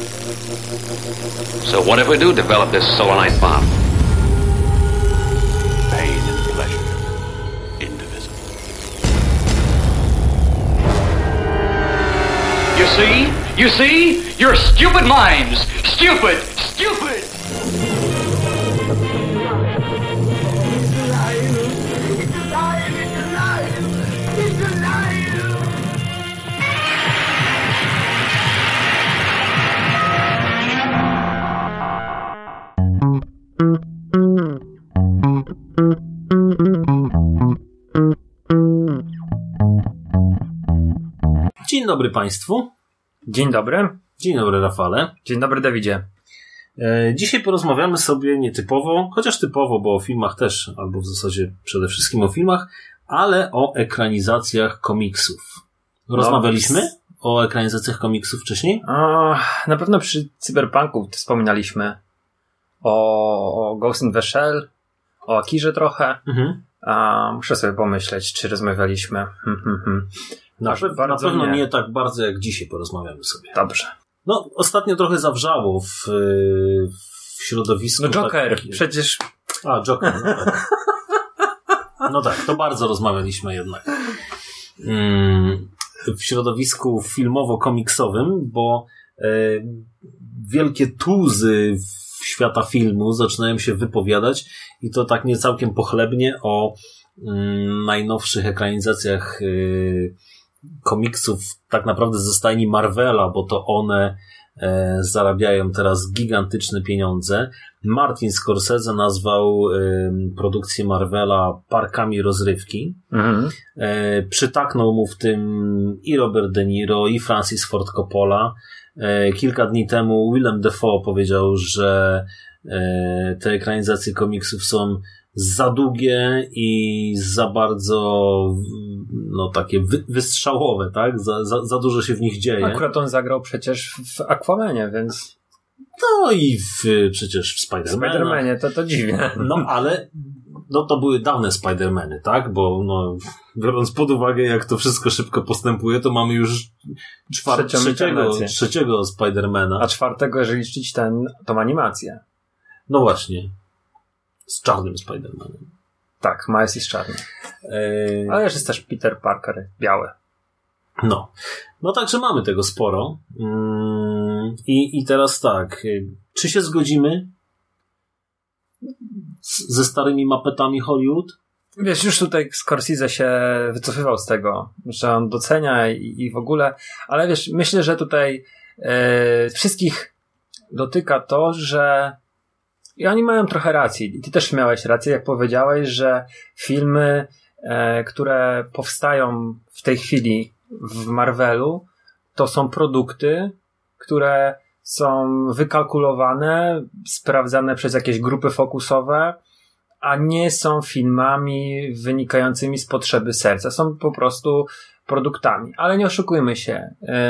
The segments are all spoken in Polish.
So what if we do develop this solanite bomb? Pain and pleasure, indivisible. You see? You see? Your stupid minds! Stupid! Stupid! Dzień dobry Państwu. Dzień dobry. Dzień dobry Rafale. Dzień dobry Dawidzie. Dzisiaj porozmawiamy sobie nietypowo, chociaż typowo, bo o filmach też, albo w zasadzie przede wszystkim o filmach, ale o ekranizacjach komiksów. Rozmawialiśmy o ekranizacjach komiksów wcześniej? Na pewno przy Cyberpunku wspominaliśmy o Ghost in the Shell, o Akirze trochę. Muszę sobie pomyśleć, czy rozmawialiśmy. Na pewno nie tak bardzo jak dzisiaj porozmawiamy sobie. Dobrze. No, ostatnio trochę zawrzało w środowisku. No Joker, przecież... Joker, no tak. No tak, to bardzo rozmawialiśmy jednak. W środowisku filmowo-komiksowym, bo wielkie tuzy świata filmu zaczynają się wypowiadać i to tak nie całkiem pochlebnie o najnowszych ekranizacjach komiksów tak naprawdę ze stajni Marvela, bo to one zarabiają teraz gigantyczne pieniądze. Martin Scorsese nazwał produkcję Marvela parkami rozrywki. Przytaknął mu w tym i Robert De Niro, i Francis Ford Coppola. Kilka dni temu Willem Dafoe powiedział, że te ekranizacje komiksów są za długie i za bardzo takie wystrzałowe, tak? Za dużo się w nich dzieje. Akurat on zagrał przecież w Aquamanie, więc... No i przecież w Spider-Manie. W Spider-Manie, to dziwne. No ale to były dawne Spider-Many, tak? Bo biorąc pod uwagę, jak to wszystko szybko postępuje, to mamy już trzeciego Spider-Mana. A czwartego, jeżeli liczyć tą animację. No właśnie. Z czarnym Spider-Manem. Tak, Miles jest czarny. Ale jeszcze jest też Peter Parker biały. No także mamy tego sporo. I teraz tak. Czy się zgodzimy ze starymi mapetami Hollywood? Wiesz, już tutaj Scorsese się wycofywał z tego, że on docenia i w ogóle, ale wiesz, myślę, że tutaj wszystkich dotyka to, że i oni mają trochę racji. I ty też miałeś rację, jak powiedziałeś, że filmy, które powstają w tej chwili w Marvelu, to są produkty, które są wykalkulowane, sprawdzane przez jakieś grupy fokusowe, a nie są filmami wynikającymi z potrzeby serca. Są po prostu produktami. Ale nie oszukujmy się.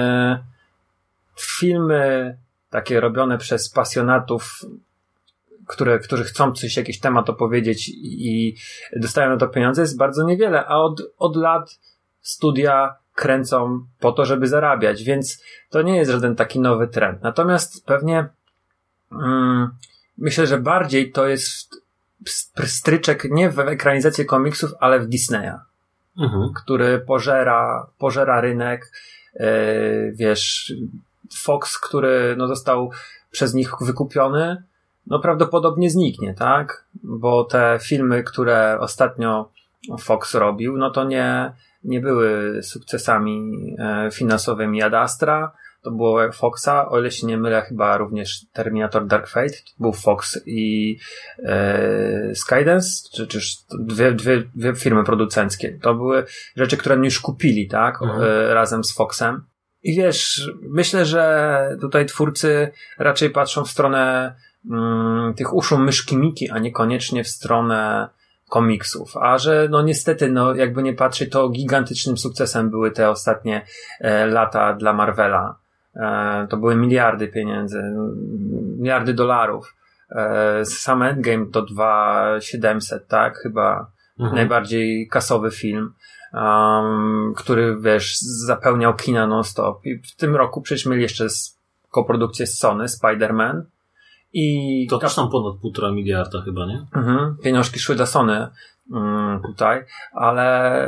Filmy takie robione przez pasjonatów, którzy chcą jakiś temat opowiedzieć i dostają na to pieniądze, jest bardzo niewiele, a od lat studia kręcą po to, żeby zarabiać, więc to nie jest żaden taki nowy trend. Natomiast pewnie myślę, że bardziej to jest stryczek nie w ekranizację komiksów, ale w Disneya, który pożera rynek. Wiesz, Fox, który został przez nich wykupiony, prawdopodobnie zniknie, tak? Bo te filmy, które ostatnio Fox robił, to nie były sukcesami finansowymi Ad Astra, to było Foxa, o ile się nie mylę, chyba również Terminator Dark Fate, to był Fox i Skydance, czy dwie firmy producenckie. To były rzeczy, które oni już kupili, tak? Razem z Foxem. I wiesz, myślę, że tutaj twórcy raczej patrzą w stronę tych uszu myszki Miki, a niekoniecznie w stronę komiksów. A że niestety, jakby nie patrzeć, to gigantycznym sukcesem były te ostatnie lata dla Marvela. To były miliardy pieniędzy, miliardy dolarów. Sam Endgame to 2700, tak? Chyba najbardziej kasowy film, który, wiesz, zapełniał kina non-stop. I w tym roku przecież mieli jeszcze koprodukcję z Sony, Spider-Man. I to też tam ponad 1,5 miliarda chyba, nie? Pieniążki szły dla Sony tutaj, ale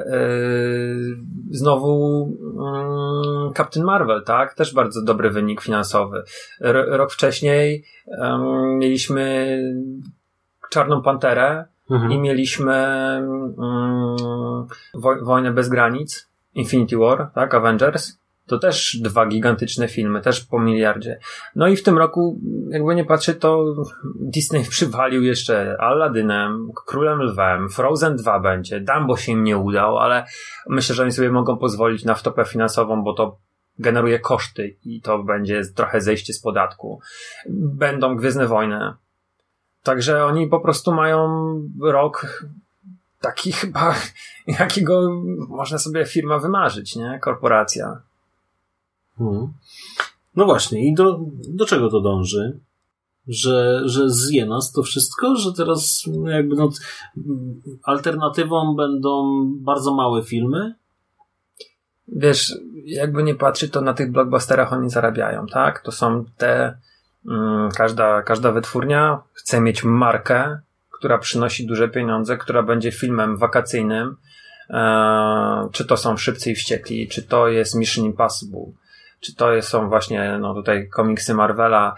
znowu Captain Marvel, tak? Też bardzo dobry wynik finansowy. Rok wcześniej mieliśmy Czarną Panterę i mieliśmy Wojnę bez granic, Infinity War, tak? Avengers. To też 2 gigantyczne filmy, też po miliardzie. No i w tym roku, jakby nie patrzeć, to Disney przywalił jeszcze Aladynem, Królem Lwem, Frozen 2 będzie, Dumbo się im nie udał, ale myślę, że oni sobie mogą pozwolić na wtopę finansową, bo to generuje koszty i to będzie trochę zejście z podatku. Będą Gwiezdne Wojny. Także oni po prostu mają rok taki chyba, jakiego można sobie firma wymarzyć, nie? Korporacja. No właśnie, i do czego to dąży? Że zje nas to wszystko, że teraz jakby alternatywą będą bardzo małe filmy? Wiesz, jakby nie patrzy, to na tych blockbusterach oni zarabiają, tak? To są te każda wytwórnia chce mieć markę, która przynosi duże pieniądze, która będzie filmem wakacyjnym, czy to są Szybcy i Wściekli, czy to jest Mission Impossible, czy to są właśnie tutaj komiksy Marvela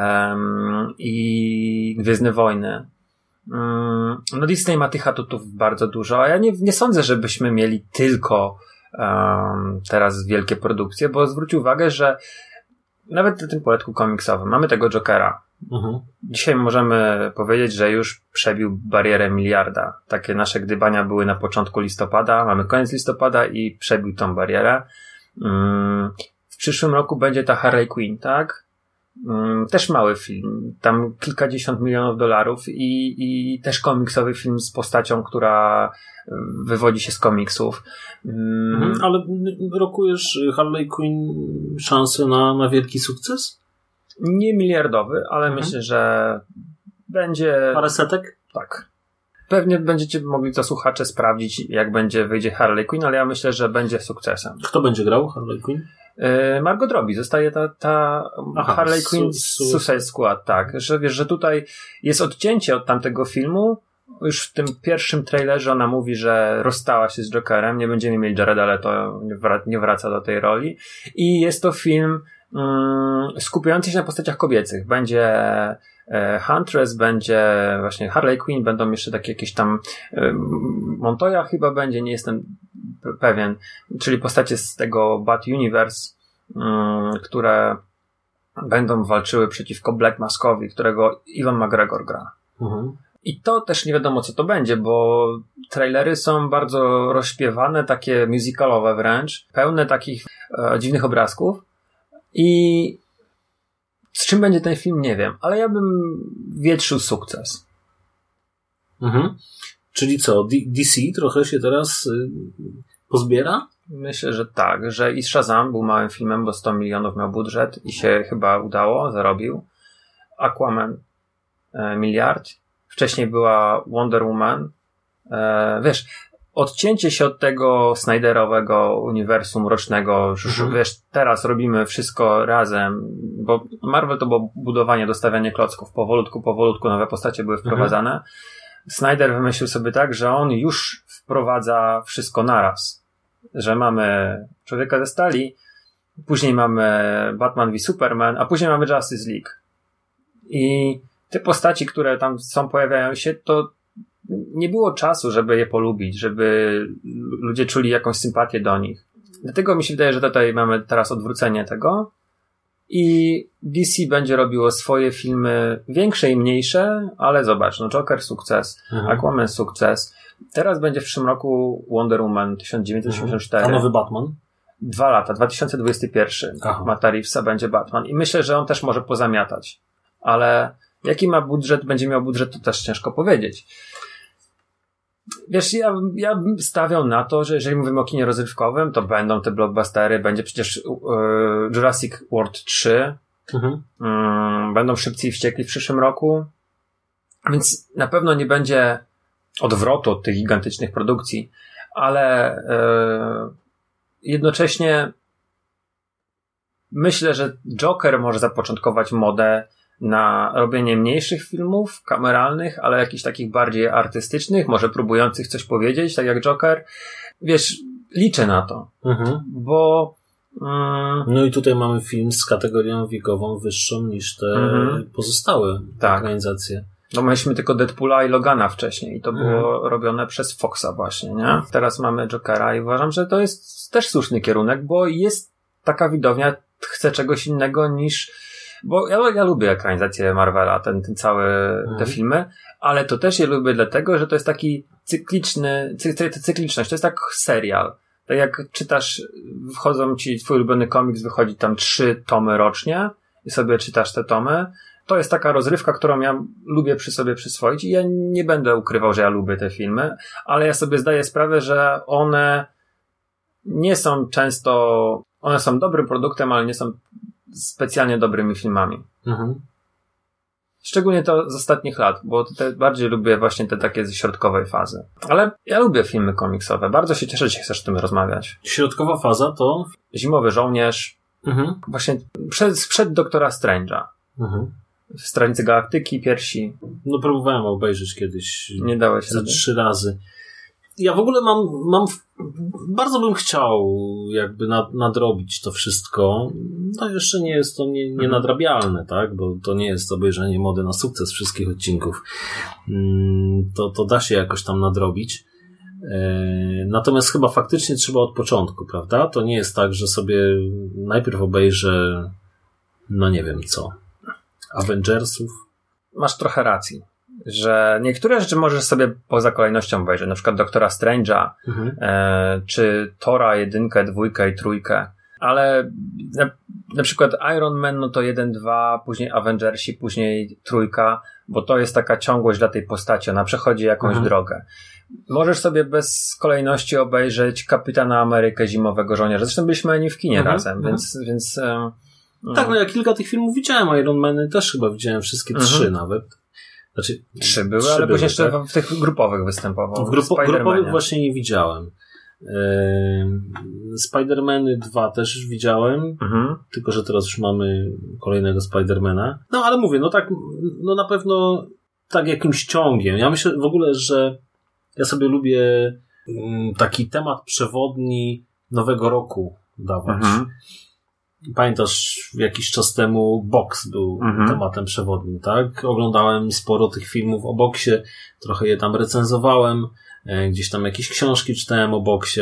i Gwiezdne Wojny. No Disney ma tych atutów bardzo dużo, a ja nie sądzę, żebyśmy mieli tylko teraz wielkie produkcje, bo zwróć uwagę, że nawet na tym poletku komiksowym mamy tego Jokera. Dzisiaj możemy powiedzieć, że już przebił barierę miliarda. Takie nasze gdybania były na początku listopada, mamy koniec listopada i przebił tą barierę. W przyszłym roku będzie ta Harley Quinn, tak? Też mały film, tam kilkadziesiąt milionów dolarów i też komiksowy film z postacią, która wywodzi się z komiksów. Ale rokujesz Harley Quinn szansę na wielki sukces? Nie miliardowy, ale myślę, że będzie... Parę setek? Tak. Pewnie będziecie mogli to słuchacze sprawdzić, jak wyjdzie Harley Quinn, ale ja myślę, że będzie sukcesem. Kto będzie grał Harley Quinn? Margot Robbie. Zostaje ta Harley Quinn Suicide Squad, tak. Że wiesz, że tutaj jest odcięcie od tamtego filmu. Już w tym pierwszym trailerze ona mówi, że rozstała się z Jokerem, nie będziemy mieli Jareda Leto, nie wraca do tej roli. I jest to film skupiający się na postaciach kobiecych. Będzie Huntress, będzie właśnie Harley Quinn, będą jeszcze takie jakieś tam Montoya chyba będzie, nie jestem pewien, czyli postacie z tego Bat Universe, które będą walczyły przeciwko Black Maskowi, którego Ewan McGregor gra. I to też nie wiadomo, co to będzie, bo trailery są bardzo rozśpiewane, takie musicalowe wręcz, pełne takich dziwnych obrazków. I z czym będzie ten film, nie wiem, ale ja bym wietrzył sukces. Czyli co, DC trochę się teraz pozbiera? Myślę, że tak, że i Shazam był małym filmem, bo 100 milionów miał budżet i się chyba udało, zarobił. Aquaman miliard. Wcześniej była Wonder Woman. Wiesz, odcięcie się od tego Snyderowego uniwersum rocznego, że wiesz, teraz robimy wszystko razem, bo Marvel to było budowanie, dostawianie klocków, powolutku nowe postacie były wprowadzane. Snyder wymyślił sobie tak, że on już wprowadza wszystko naraz, że mamy Człowieka ze Stali, później mamy Batman v Superman, a później mamy Justice League. I te postaci, które tam pojawiają się, to nie było czasu, żeby je polubić, żeby ludzie czuli jakąś sympatię do nich. Dlatego mi się wydaje, że tutaj mamy teraz odwrócenie tego i DC będzie robiło swoje filmy większe i mniejsze, ale zobacz, Joker sukces, Aquaman sukces. Teraz będzie w przyszłym roku Wonder Woman 1984. A nowy Batman? 2 lata, 2021. Matta Reevesa będzie Batman i myślę, że on też może pozamiatać. Ale jaki ma budżet, będzie miał budżet, to też ciężko powiedzieć. Wiesz, ja bym stawiał na to, że jeżeli mówimy o kinie rozrywkowym, to będą te blockbustery, będzie przecież Jurassic World 3, będą Szybcy i Wściekli w przyszłym roku, więc na pewno nie będzie odwrotu od tych gigantycznych produkcji, ale jednocześnie myślę, że Joker może zapoczątkować modę na robienie mniejszych filmów kameralnych, ale jakichś takich bardziej artystycznych, może próbujących coś powiedzieć, tak jak Joker. Wiesz, liczę na to, bo no i tutaj mamy film z kategorią wiekową wyższą niż te pozostałe ekranizacje. No mieliśmy tylko Deadpoola i Logana wcześniej i to było robione przez Foxa właśnie, nie? Teraz mamy Jokera i uważam, że to jest też słuszny kierunek, bo jest taka widownia, chce czegoś innego niż... Bo ja lubię ekranizację Marvela, ten cały, te filmy, ale to też je lubię dlatego, że to jest taki cykliczność, to jest tak serial. Tak jak czytasz, wchodzą ci, twój ulubiony komiks, wychodzi tam 3 tomy rocznie i sobie czytasz te tomy. To jest taka rozrywka, którą ja lubię przy sobie przyswoić i ja nie będę ukrywał, że ja lubię te filmy, ale ja sobie zdaję sprawę, że one nie są często, one są dobrym produktem, ale nie są specjalnie dobrymi filmami. Szczególnie to z ostatnich lat, bo bardziej lubię właśnie te takie ze środkowej fazy. Ale ja lubię filmy komiksowe. Bardzo się cieszę, że chcesz o tym rozmawiać. Środkowa faza to? Zimowy żołnierz. Właśnie sprzed Doktora Strange'a. W Strażnicy Galaktyki pierwsi. No próbowałem obejrzeć kiedyś. Nie dałeś ze 3 razy. Ja w ogóle bardzo bym chciał jakby nadrobić to wszystko. No jeszcze nie jest to nienadrabialne, tak? Bo to nie jest obejrzenie Mody na sukces wszystkich odcinków. To da się jakoś tam nadrobić. Natomiast chyba faktycznie trzeba od początku, prawda? To nie jest tak, że sobie najpierw obejrzę no nie wiem co. Avengersów. Masz trochę racji, że niektóre rzeczy możesz sobie poza kolejnością obejrzeć, na przykład Doktora Strange'a, czy Thora 1, 2 i 3, ale na przykład Iron Man, no to 1, 2, później Avengersi, później 3, bo to jest taka ciągłość dla tej postaci, ona przechodzi jakąś drogę. Możesz sobie bez kolejności obejrzeć Kapitana Amerykę, Zimowego Żołnierza, zresztą byliśmy ani w kinie razem, więc tak, no ja kilka tych filmów widziałem, Iron Many też chyba widziałem wszystkie 3 nawet. Znaczy, 3 były, ale później jeszcze tak? W tych grupowych występował. W grupowych właśnie nie widziałem. Spider-Many 2 też już widziałem, tylko że teraz już mamy kolejnego Spider-Mana. No ale mówię, no tak, no na pewno tak jakimś ciągiem. Ja myślę w ogóle, że ja sobie lubię taki temat przewodni nowego roku dawać. Pamiętasz, jakiś czas temu boks był tematem przewodnim, tak? Oglądałem sporo tych filmów o boksie, trochę je tam recenzowałem, gdzieś tam jakieś książki czytałem o boksie.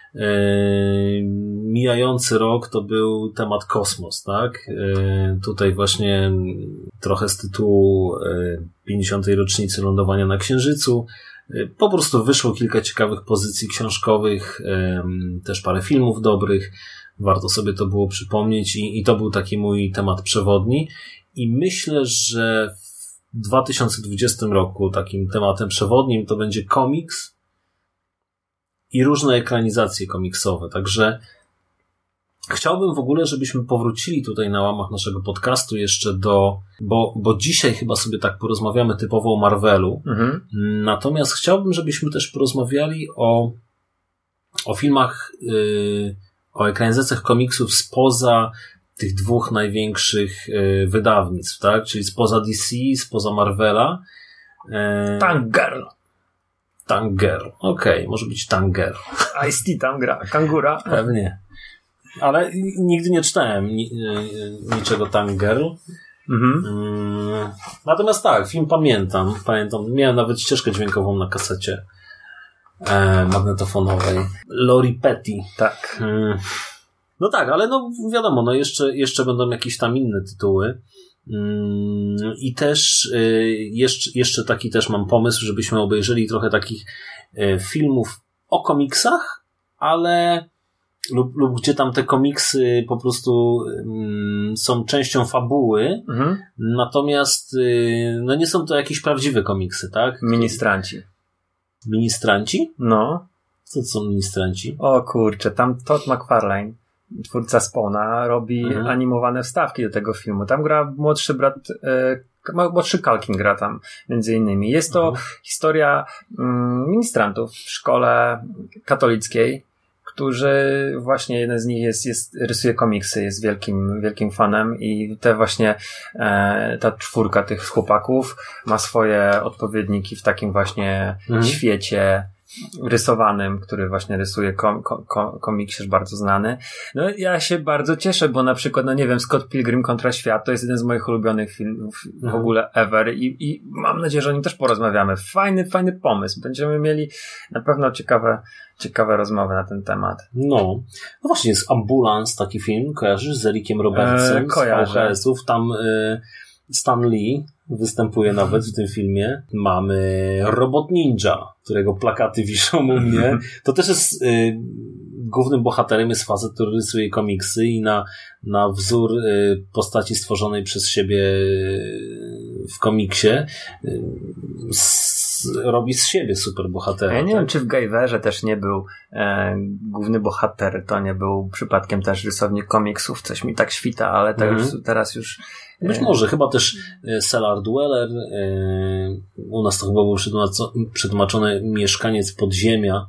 Mijający rok to był temat kosmos, tak? Tutaj właśnie trochę z tytułu 50. rocznicy lądowania na Księżycu. Po prostu wyszło kilka ciekawych pozycji książkowych, też parę filmów dobrych. Warto sobie to było przypomnieć i to był taki mój temat przewodni i myślę, że w 2020 roku takim tematem przewodnim to będzie komiks i różne ekranizacje komiksowe, także chciałbym w ogóle, żebyśmy powrócili tutaj na łamach naszego podcastu jeszcze bo dzisiaj chyba sobie tak porozmawiamy typowo o Marvelu, natomiast chciałbym, żebyśmy też porozmawiali o filmach o ekranizacjach komiksów spoza tych 2 największych wydawnictw, tak? Czyli spoza DC, spoza Marvela. Tank Girl. Tank Girl. Okej, może być Tank Girl. Ice-T tam gra. Kangura. Pewnie. Ale nigdy nie czytałem niczego Tank Girl. Natomiast tak, film pamiętam. Miałem nawet ścieżkę dźwiękową na kasecie magnetofonowej. Lori Petty. Tak. No tak, ale no wiadomo, no jeszcze będą jakieś tam inne tytuły. I też jeszcze taki też mam pomysł, żebyśmy obejrzeli trochę takich filmów o komiksach, ale lub gdzie tam te komiksy po prostu są częścią fabuły, natomiast no nie są to jakieś prawdziwe komiksy, tak? Ministranci. Ministranci? No. Co to są ministranci? O kurczę, tam Todd McFarlane, twórca Spawna, robi animowane wstawki do tego filmu. Tam gra młodszy brat, młodszy Culkin gra tam między innymi. Jest to historia ministrantów w szkole katolickiej, którzy właśnie jeden z nich rysuje komiksy, jest wielkim fanem i te właśnie ta czwórka tych chłopaków ma swoje odpowiedniki w takim właśnie świecie rysowanym, który właśnie rysuje komiksiarz bardzo znany. No ja się bardzo cieszę, bo na przykład, no nie wiem, Scott Pilgrim kontra świat to jest jeden z moich ulubionych filmów w ogóle ever i mam nadzieję, że o nim też porozmawiamy. Fajny pomysł. Będziemy mieli na pewno ciekawe rozmowy na ten temat. No właśnie, jest Ambulance, taki film, kojarzysz z Ericiem Robertsem z VHS-ów, tam Stan Lee występuje nawet w tym filmie. Mamy Robot Ninja, którego plakaty wiszą u mnie. To też jest głównym bohaterem jest facet, który rysuje komiksy i na wzór postaci stworzonej przez siebie w komiksie robi z siebie super bohatera. Ja nie wiem, czy w Guyverze też nie był główny bohater, to nie był przypadkiem też rysownik komiksów, coś mi tak świta, ale teraz już być może, chyba też Cellar Dweller, u nas to chyba był przetłumaczony Mieszkaniec Podziemia,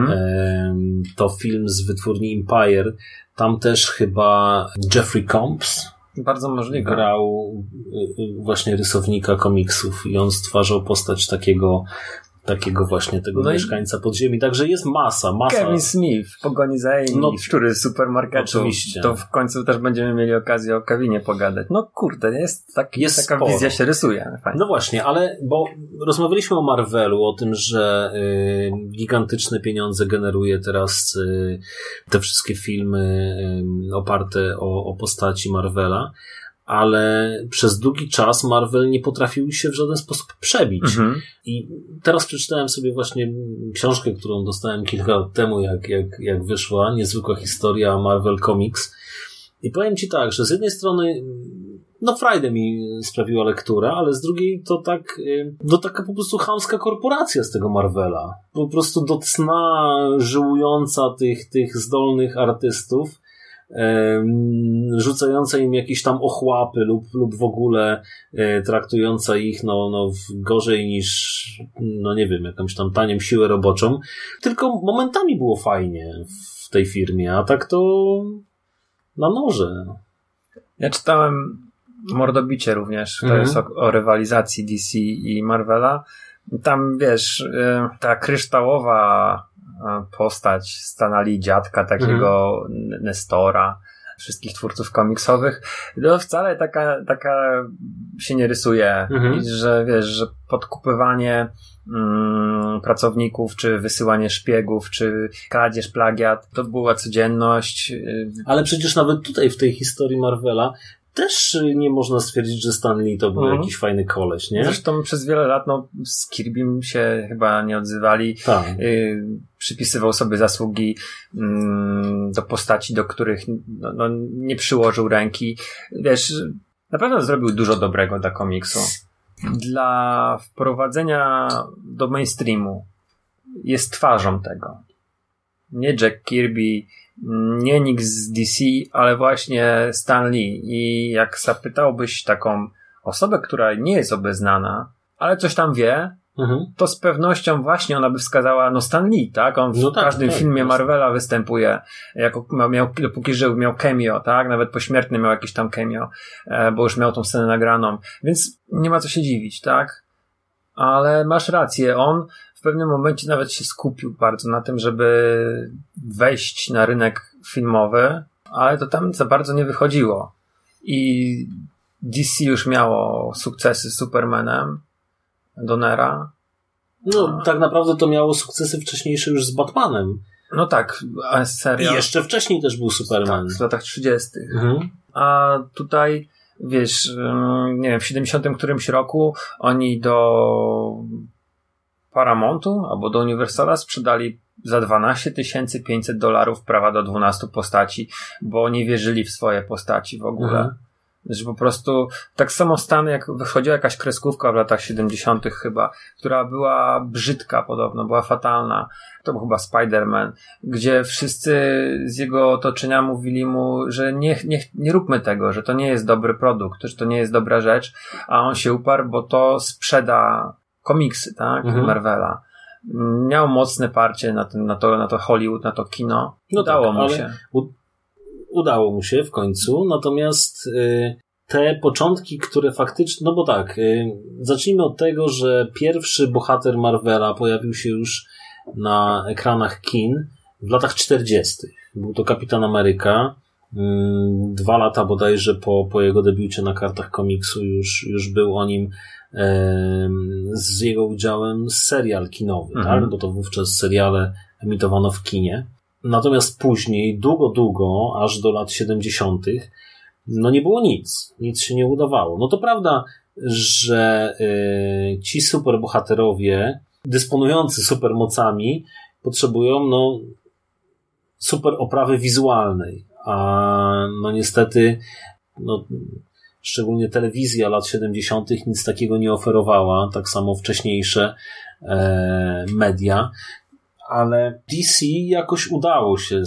to film z wytwórni Empire, tam też chyba Jeffrey Combs bardzo możliwe grał właśnie rysownika komiksów i on stwarzał postać takiego właśnie tego mieszkańca podziemi. Także jest masa. Kevin Smith w Pogoni za Amy, szczury z supermarketu. Oczywiście. To w końcu też będziemy mieli okazję o Kevinie pogadać. No kurde, jest taka sporo. wizja się rysuje. Fajnie. No właśnie, ale bo rozmawialiśmy o Marvelu, o tym, że gigantyczne pieniądze generuje teraz te wszystkie filmy oparte o postaci Marvela, ale przez długi czas Marvel nie potrafił się w żaden sposób przebić. I teraz przeczytałem sobie właśnie książkę, którą dostałem kilka lat temu, jak wyszła, Niezwykła historia Marvel Comics. I powiem Ci tak, że z jednej strony frajdę mi sprawiła lektura, ale z drugiej to taka po prostu chamska korporacja z tego Marvela. Po prostu do cna żyłująca tych zdolnych artystów, rzucająca im jakieś tam ochłapy lub w ogóle traktująca ich gorzej niż nie wiem, jakąś tam tanią siłę roboczą. Tylko momentami było fajnie w tej firmie, a tak to na noże. Ja czytałem Mordobicie również, to jest o rywalizacji DC i Marvela. Tam wiesz, ta kryształowa postać Stana Lee, dziadka takiego Nestora, wszystkich twórców komiksowych, wcale taka się nie rysuje. I że wiesz, że podkupywanie pracowników, czy wysyłanie szpiegów, czy kradzież, plagiat, to była codzienność. Ale przecież nawet tutaj w tej historii Marvela też nie można stwierdzić, że Stan Lee to był jakiś fajny koleś, nie? Zresztą przez wiele lat z Kirbym się chyba nie odzywali. Tak. Przypisywał sobie zasługi do postaci, do których nie przyłożył ręki. Wiesz, na pewno zrobił dużo dobrego dla komiksu. Dla wprowadzenia do mainstreamu jest twarzą tego. Nie Jack Kirby, nie nikt z DC, ale właśnie Stan Lee. I jak zapytałbyś taką osobę, która nie jest obeznana, ale coś tam wie, to z pewnością właśnie ona by wskazała, Stan Lee, tak? On w każdym filmie Marvela występuje, dopóki żył, miał cameo, tak? Nawet pośmiertny miał jakieś tam cameo, bo już miał tą scenę nagraną. Więc nie ma co się dziwić, tak? Ale masz rację, on w pewnym momencie nawet się skupił bardzo na tym, żeby wejść na rynek filmowy, ale to tam za bardzo nie wychodziło. I DC już miało sukcesy z Supermanem, Donnera. Tak naprawdę to miało sukcesy wcześniejsze już z Batmanem. No tak, a serio. I jeszcze wcześniej też był Superman. Tak, w latach 30. A tutaj, wiesz, nie wiem, w 70 którymś roku oni do Paramountu albo do Universala sprzedali za $12 500 prawa do 12 postaci, bo nie wierzyli w swoje postaci w ogóle. Że po prostu tak samo stany, jak wychodziła jakaś kreskówka w latach 70 chyba, która była brzydka podobno, była fatalna. To był chyba Spider-Man, gdzie wszyscy z jego otoczenia mówili mu, że nie róbmy tego, że to nie jest dobry produkt, że to nie jest dobra rzecz, a on się uparł, bo to sprzeda komiksy, tak? Marvela. miał mocne parcie na to Hollywood, na to kino. No udało mu się. Udało mu się w końcu, natomiast te początki, które faktycznie, no bo tak, zacznijmy od tego, że pierwszy bohater Marvela pojawił się już na ekranach kin w latach 40. Był to Kapitan Ameryka. 2 lata bodajże po jego debiucie na kartach komiksu już był o nim z jego udziałem serial kinowy, tak? Bo to wówczas seriale emitowano w kinie. Natomiast później, długo, aż do lat 70. no nie było nic się nie udawało. No to prawda, że ci superbohaterowie dysponujący supermocami potrzebują super oprawy wizualnej, a no niestety szczególnie telewizja lat 70. nic takiego nie oferowała, tak samo wcześniejsze media, ale DC jakoś udało się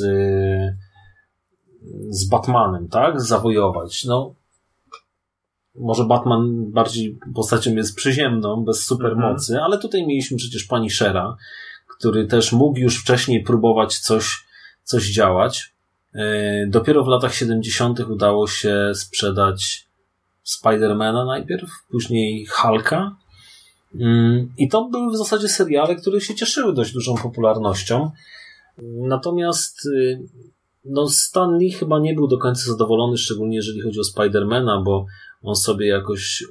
z Batmanem, tak? Zawojować. No, może Batman bardziej postacią jest przyziemną, bez supermocy, ale tutaj mieliśmy przecież Punishera, który też mógł już wcześniej próbować coś działać. Dopiero w latach 70. udało się sprzedać Spidermana najpierw, później Hulka. I to były w zasadzie seriale, które się cieszyły dość dużą popularnością. Natomiast Stan Lee chyba nie był do końca zadowolony, szczególnie jeżeli chodzi o Spidermana, bo on sobie jakoś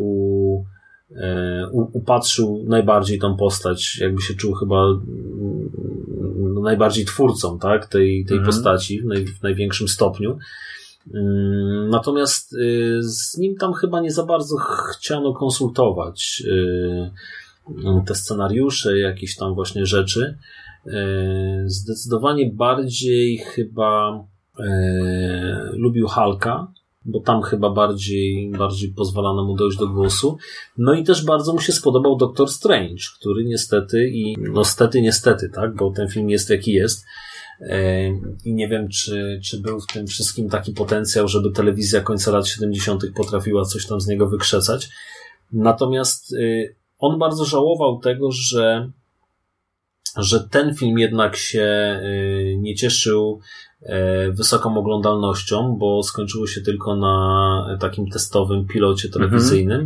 upatrzył najbardziej tą postać, jakby się czuł chyba najbardziej twórcą, tak, tej postaci w największym stopniu. Natomiast z nim tam chyba nie za bardzo chciano konsultować te scenariusze, jakieś tam właśnie rzeczy. Zdecydowanie bardziej chyba lubił Hulka, bo tam chyba bardziej pozwalano mu dojść do głosu. No i też bardzo mu się spodobał Doctor Strange, który niestety, tak, bo ten film jest jaki jest. I nie wiem, czy był w tym wszystkim taki potencjał, żeby telewizja końca lat 70. potrafiła coś tam z niego wykrzesać. Natomiast on bardzo żałował tego, że ten film jednak się nie cieszył wysoką oglądalnością, bo skończyło się tylko na takim testowym pilocie telewizyjnym.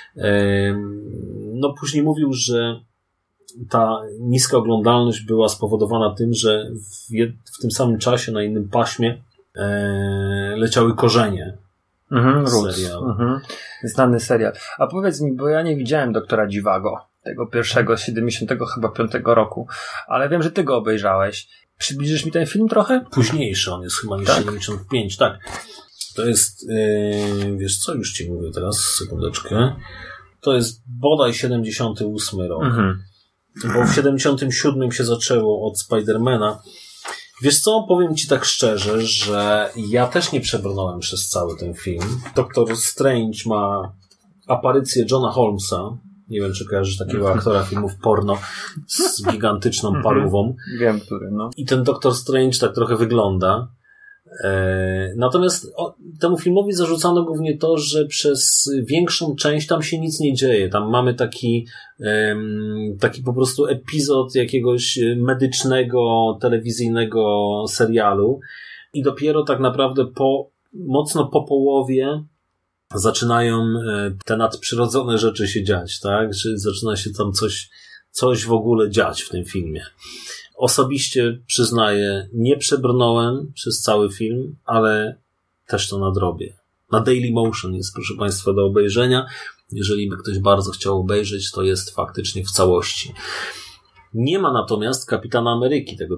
No później mówił, że ta niska oglądalność była spowodowana tym, że w tym samym czasie na innym paśmie leciały Korzenie. Serial. Znany serial. A powiedz mi, bo ja nie widziałem Doktora Dziwago, tego pierwszego z 75 roku, ale wiem, że ty go obejrzałeś. Przybliżysz mi ten film trochę? Późniejszy, on jest chyba niż 75, tak. To jest, wiesz co, już ci mówię teraz, sekundeczkę. To jest bodaj 78 rok. Bo w 77 się zaczęło od Spidermana. Wiesz co, powiem ci tak szczerze, że ja też nie przebrnąłem przez cały ten film. Doctor Strange ma aparycję Johna Holmesa. Nie wiem, czy kojarzysz takiego aktora filmów porno z gigantyczną parówą. Wiem, który, no. I ten Doctor Strange tak trochę wygląda. Natomiast temu filmowi zarzucano głównie to, że przez większą część tam się nic nie dzieje. Tam mamy taki po prostu epizod jakiegoś medycznego, telewizyjnego serialu i dopiero tak naprawdę mocno po połowie zaczynają te nadprzyrodzone rzeczy się dziać, tak? Czyli zaczyna się tam coś w ogóle dziać w tym filmie. Osobiście przyznaję, nie przebrnąłem przez cały film, ale też to nadrobię. Na Dailymotion jest, proszę Państwa, do obejrzenia. Jeżeli by ktoś bardzo chciał obejrzeć, to jest faktycznie w całości. Nie ma natomiast Kapitana Ameryki, tego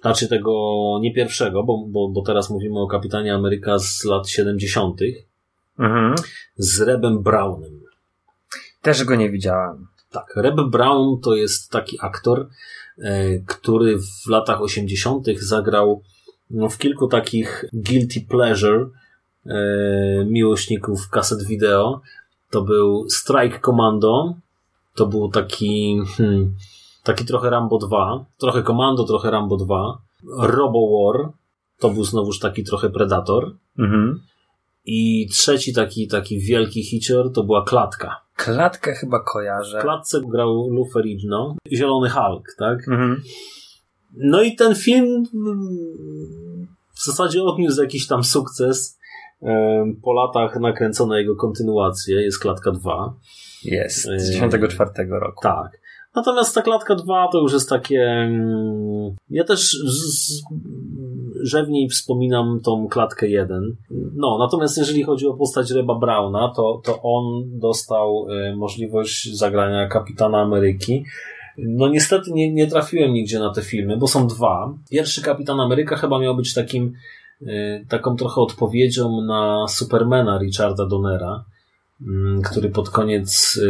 nie pierwszego, bo teraz mówimy o Kapitanie Ameryka z lat 70. Z Rebem Brownem. Też go nie widziałem. Tak, Reb Brown to jest taki aktor, który w latach 80. zagrał w kilku takich guilty pleasure miłośników kaset wideo. To był Strike Commando, to był taki trochę Rambo 2, trochę Commando, trochę Rambo 2. Robo War, to był znowuż taki trochę Predator. I trzeci taki wielki hicior to była Klatka. Klatkę chyba kojarzę. W klatce grał Lou Ferrigno, Zielony Hulk, tak? No i ten film w zasadzie odniósł jakiś tam sukces. Po latach nakręcono jego kontynuację, jest Klatka 2. Jest, z 94 roku. Tak. Natomiast ta Klatka 2 to już jest takie... Ja też rzewniej wspominam tą Klatkę 1. No, natomiast jeżeli chodzi o postać Reba Browna, to on dostał możliwość zagrania Kapitana Ameryki. No niestety nie trafiłem nigdzie na te filmy, bo są dwa. Pierwszy Kapitan Ameryka chyba miał być taką trochę odpowiedzią na Supermana Richarda Donnera, który pod koniec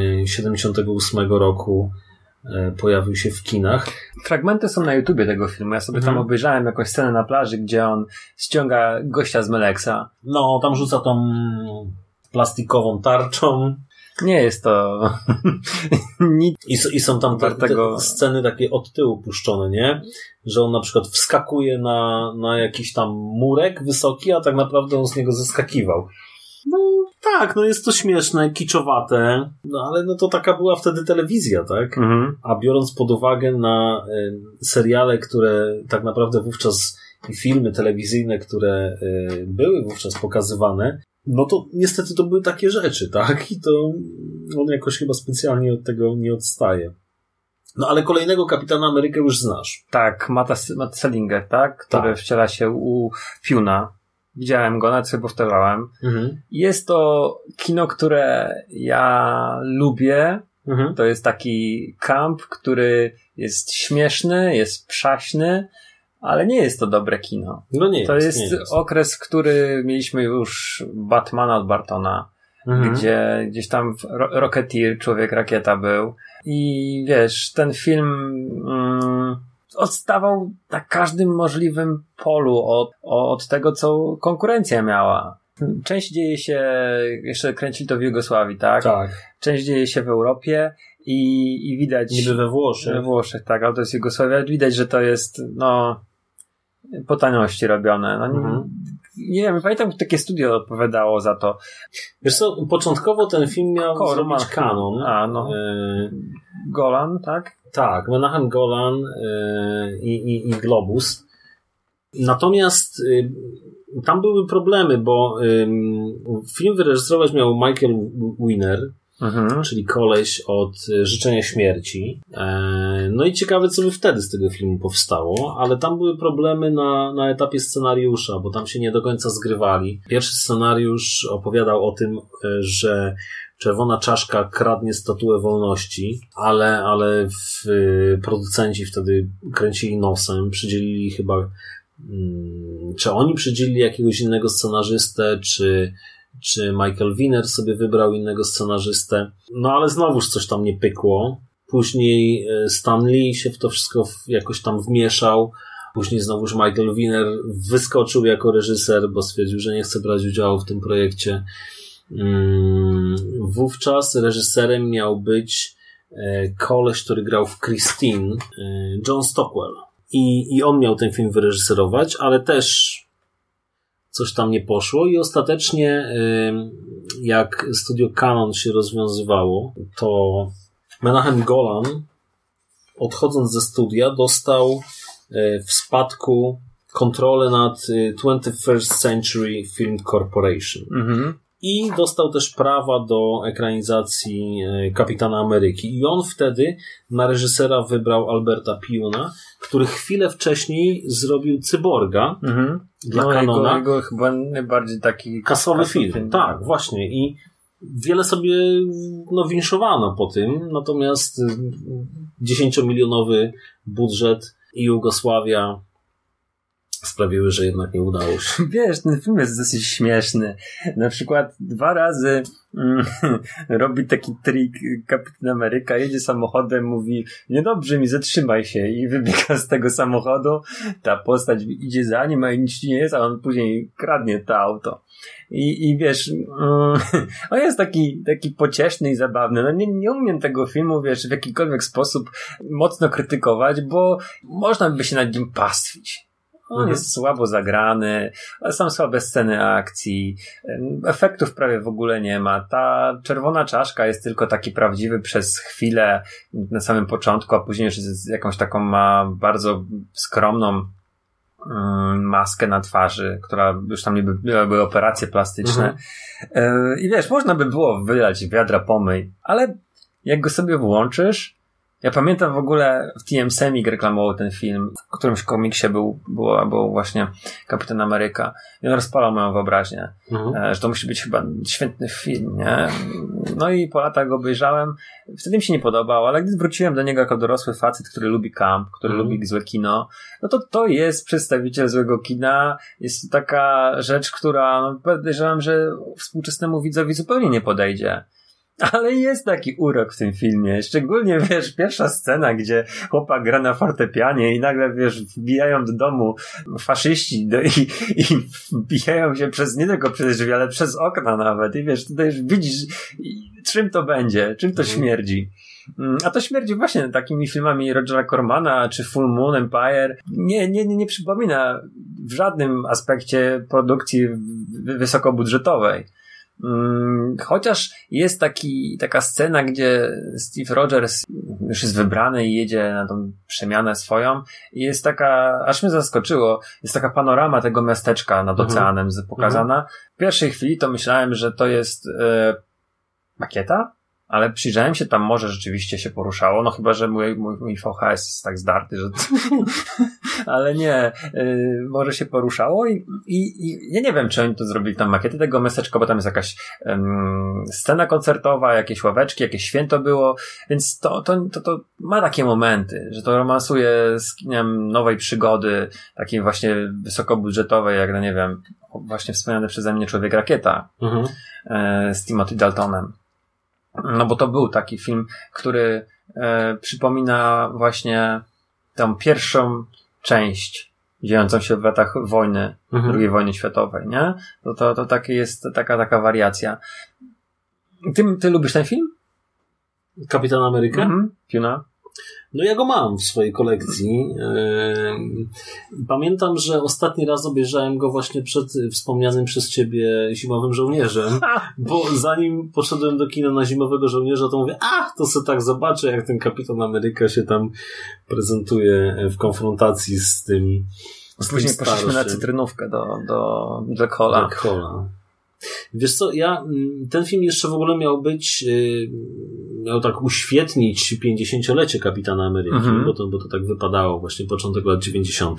78 roku pojawił się w kinach. Fragmenty są na YouTubie tego filmu. Ja sobie tam obejrzałem jakąś scenę na plaży, gdzie on ściąga gościa z Meleksa. No, tam rzuca tą plastikową tarczą. Nie jest to nic. I są tam te sceny takie od tyłu puszczone, nie? Że on na przykład wskakuje na jakiś tam murek wysoki, a tak naprawdę on z niego zeskakiwał. No tak, no jest to śmieszne, kiczowate, no ale no to taka była wtedy telewizja, tak? A biorąc pod uwagę na seriale, które tak naprawdę wówczas i filmy telewizyjne, które były wówczas pokazywane, no to niestety to były takie rzeczy, tak? I to on jakoś chyba specjalnie od tego nie odstaje. No ale kolejnego Kapitana Amerykę już znasz. Tak, Matt Sellinger, tak? Który wciela się u Fiuna. Widziałem go, nawet sobie powtarzałem. Jest to kino, które ja lubię. To jest taki camp, który jest śmieszny, jest przaśny, ale nie jest to dobre kino. No nie to jest okres, który mieliśmy już Batmana od Bartona, gdzie gdzieś tam Rocketeer, Człowiek Rakieta był. I wiesz, ten film odstawał na każdym możliwym polu od tego, co konkurencja miała. Część dzieje się, jeszcze kręcili to w Jugosławii, tak? Tak. Część dzieje się w Europie i widać... Niby we Włoszech. We Włoszech, tak, ale to jest Jugosławia. Widać, że to jest, po taniości robione. Nie wiem, pamiętam, takie studio odpowiadało za to. Wiesz co, początkowo ten film miał zrobić Canon. Golan, tak? Tak, Menahem Golan i Globus. Natomiast tam były problemy, bo film wyreżyserować miał Michael Winner, czyli koleś od Życzenia Śmierci. No i ciekawe, co by wtedy z tego filmu powstało, ale tam były problemy na etapie scenariusza, bo tam się nie do końca zgrywali. Pierwszy scenariusz opowiadał o tym, że Czerwona Czaszka kradnie statuę wolności, ale producenci wtedy kręcili nosem, przydzielili chyba czy oni przydzielili jakiegoś innego scenarzystę, czy Michael Winner sobie wybrał innego scenarzystę. No ale znowuż coś tam nie pykło. Później Stan Lee się w to wszystko jakoś tam wmieszał. Później znowuż Michael Winner wyskoczył jako reżyser, bo stwierdził, że nie chce brać udziału w tym projekcie. Wówczas reżyserem miał być koleś, który grał w Christine, John Stockwell. I on miał ten film wyreżyserować, ale też coś tam nie poszło i ostatecznie jak studio Canon się rozwiązywało, to Menahem Golan, odchodząc ze studia, dostał w spadku kontrolę nad 21st Century Film Corporation. I dostał też prawa do ekranizacji Kapitana Ameryki. I on wtedy na reżysera wybrał Alberta Piuna, który chwilę wcześniej zrobił Cyborga dla Canona. Jego chyba najbardziej taki kasowy film. Tak, właśnie. I wiele sobie winszowano po tym. Natomiast 10-milionowy budżet i Jugosławia sprawiły, że jednak nie udało się. Wiesz, ten film jest dosyć śmieszny. Na przykład 2 razy robi taki trik Kapitan Ameryka, jedzie samochodem, mówi: niedobrze mi, zatrzymaj się, i wybiega z tego samochodu. Ta postać idzie za nim, a nic nie jest, a on później kradnie to auto. I wiesz, on jest taki pocieszny i zabawny. No nie umiem tego filmu, wiesz, w jakikolwiek sposób mocno krytykować, bo można by się nad nim pastwić. On jest słabo zagrany, są słabe sceny akcji, efektów prawie w ogóle nie ma. Ta czerwona czaszka jest tylko taki prawdziwy przez chwilę na samym początku, a później już jakąś taką ma bardzo skromną maskę na twarzy, która już tam były operacje plastyczne. I wiesz, można by było wylać wiadra pomyj, ale jak go sobie włączysz, ja pamiętam w ogóle w TM Semik reklamował ten film, w którymś komiksie był właśnie Kapitan Ameryka i on rozpalał moją wyobraźnię, że to musi być chyba świetny film, nie? No i po latach go obejrzałem, wtedy mi się nie podobał, ale gdy wróciłem do niego jako dorosły facet, który lubi camp, który lubi złe kino, no to jest przedstawiciel złego kina, jest to taka rzecz, która podejrzewam, że współczesnemu widzowi zupełnie nie podejdzie. Ale jest taki urok w tym filmie. Szczególnie, wiesz, pierwsza scena, gdzie chłopak gra na fortepianie i nagle, wiesz, wbijają do domu faszyści i wbijają się nie tylko przez drzwi, ale przez okna nawet. I wiesz, tutaj już widzisz, czym to będzie, czym to śmierdzi. A to śmierdzi właśnie takimi filmami Rogera Cormana czy Full Moon Empire. Nie przypomina w żadnym aspekcie produkcji wysokobudżetowej. Chociaż jest taka scena, gdzie Steve Rogers już jest wybrany i jedzie na tą przemianę swoją i jest taka, aż mnie zaskoczyło, jest taka panorama tego miasteczka nad oceanem pokazana. W pierwszej chwili to myślałem, że to jest makieta, ale przyjrzałem się, tam morze rzeczywiście się poruszało, no chyba, że mój VHS jest tak zdarty, że ale nie, morze się poruszało i ja nie wiem, czy oni to zrobili tam makietę tego miasteczka, bo tam jest jakaś scena koncertowa, jakieś ławeczki, jakieś święto było, więc to ma takie momenty, że to romansuje z kinem nowej przygody, takiej właśnie wysokobudżetowej, jak no nie wiem, właśnie wspomniany przeze mnie Człowiek Rakieta z Timothy Daltonem. No bo to był taki film, który przypomina właśnie tą pierwszą część dziejącą się w latach wojny, II wojny światowej, nie? To takie jest taka wariacja. Ty lubisz ten film? Kapitan Amerykę? Piuna? No ja go mam w swojej kolekcji. Pamiętam, że ostatni raz obejrzałem go właśnie przed wspomnianym przez ciebie Zimowym Żołnierzem, bo zanim poszedłem do kina na Zimowego Żołnierza, to mówię, to sobie tak zobaczę, jak ten Kapitan Ameryka się tam prezentuje w konfrontacji z tym. Później poszliśmy na cytrynówkę do Black Hole'a. Wiesz co, ten film jeszcze w ogóle miał tak uświetnić 50-lecie Kapitana Ameryki, bo to tak wypadało właśnie początek lat 90.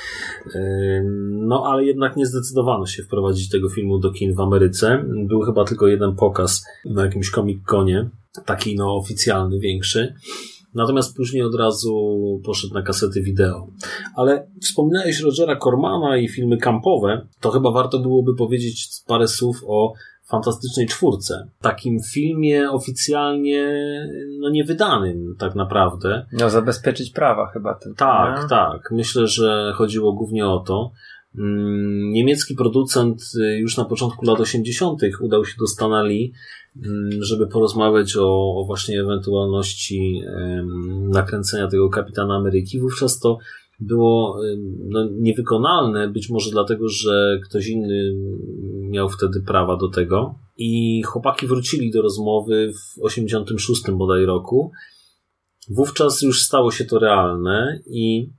No ale jednak nie zdecydowano się wprowadzić tego filmu do kin w Ameryce. Był chyba tylko jeden pokaz na jakimś Comic-Conie, taki oficjalny, większy. Natomiast później od razu poszedł na kasety wideo. Ale wspominałeś Rogera Cormana i filmy kampowe, to chyba warto byłoby powiedzieć parę słów o Fantastycznej Czwórce. Takim filmie oficjalnie niewydanym tak naprawdę. Miał zabezpieczyć prawa chyba. Tak. Myślę, że chodziło głównie o to. Niemiecki producent już na początku lat 80. udał się do Stana Lee, żeby porozmawiać o właśnie ewentualności nakręcenia tego Kapitana Ameryki. Wówczas to było niewykonalne, być może dlatego, że ktoś inny miał wtedy prawa do tego. I chłopaki wrócili do rozmowy w 86 bodaj roku. Wówczas już stało się to realne i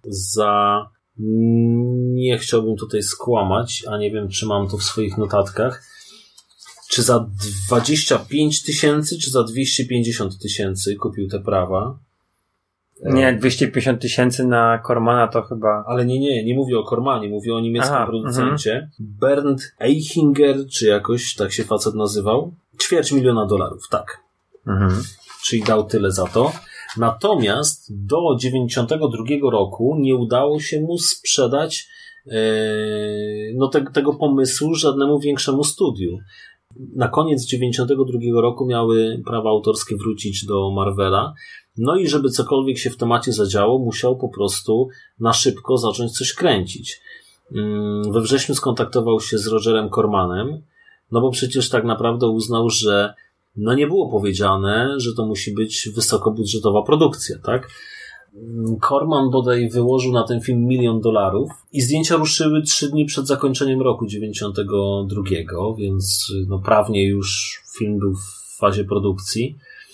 nie chciałbym tutaj skłamać, a nie wiem, czy mam to w swoich notatkach, czy za 25 000, czy za 250 000 kupił te prawa. Nie, 250 000 na Cormana to chyba... Ale nie mówię o Cormanie, mówię o niemieckim producencie. Bernd Eichinger, czy jakoś tak się facet nazywał. $250,000, tak. Czyli dał tyle za to. Natomiast do 92 roku nie udało się mu sprzedać tego pomysłu żadnemu większemu studiu. Na koniec 92 roku miały prawa autorskie wrócić do Marvela. No i żeby cokolwiek się w temacie zadziało, musiał po prostu na szybko zacząć coś kręcić. We wrześniu skontaktował się z Rogerem Cormanem, no bo przecież tak naprawdę uznał, że nie było powiedziane, że to musi być wysokobudżetowa produkcja, tak? Corman bodaj wyłożył na ten film $1 milion i zdjęcia ruszyły 3 dni przed zakończeniem roku 92, więc no prawnie już film był w fazie produkcji.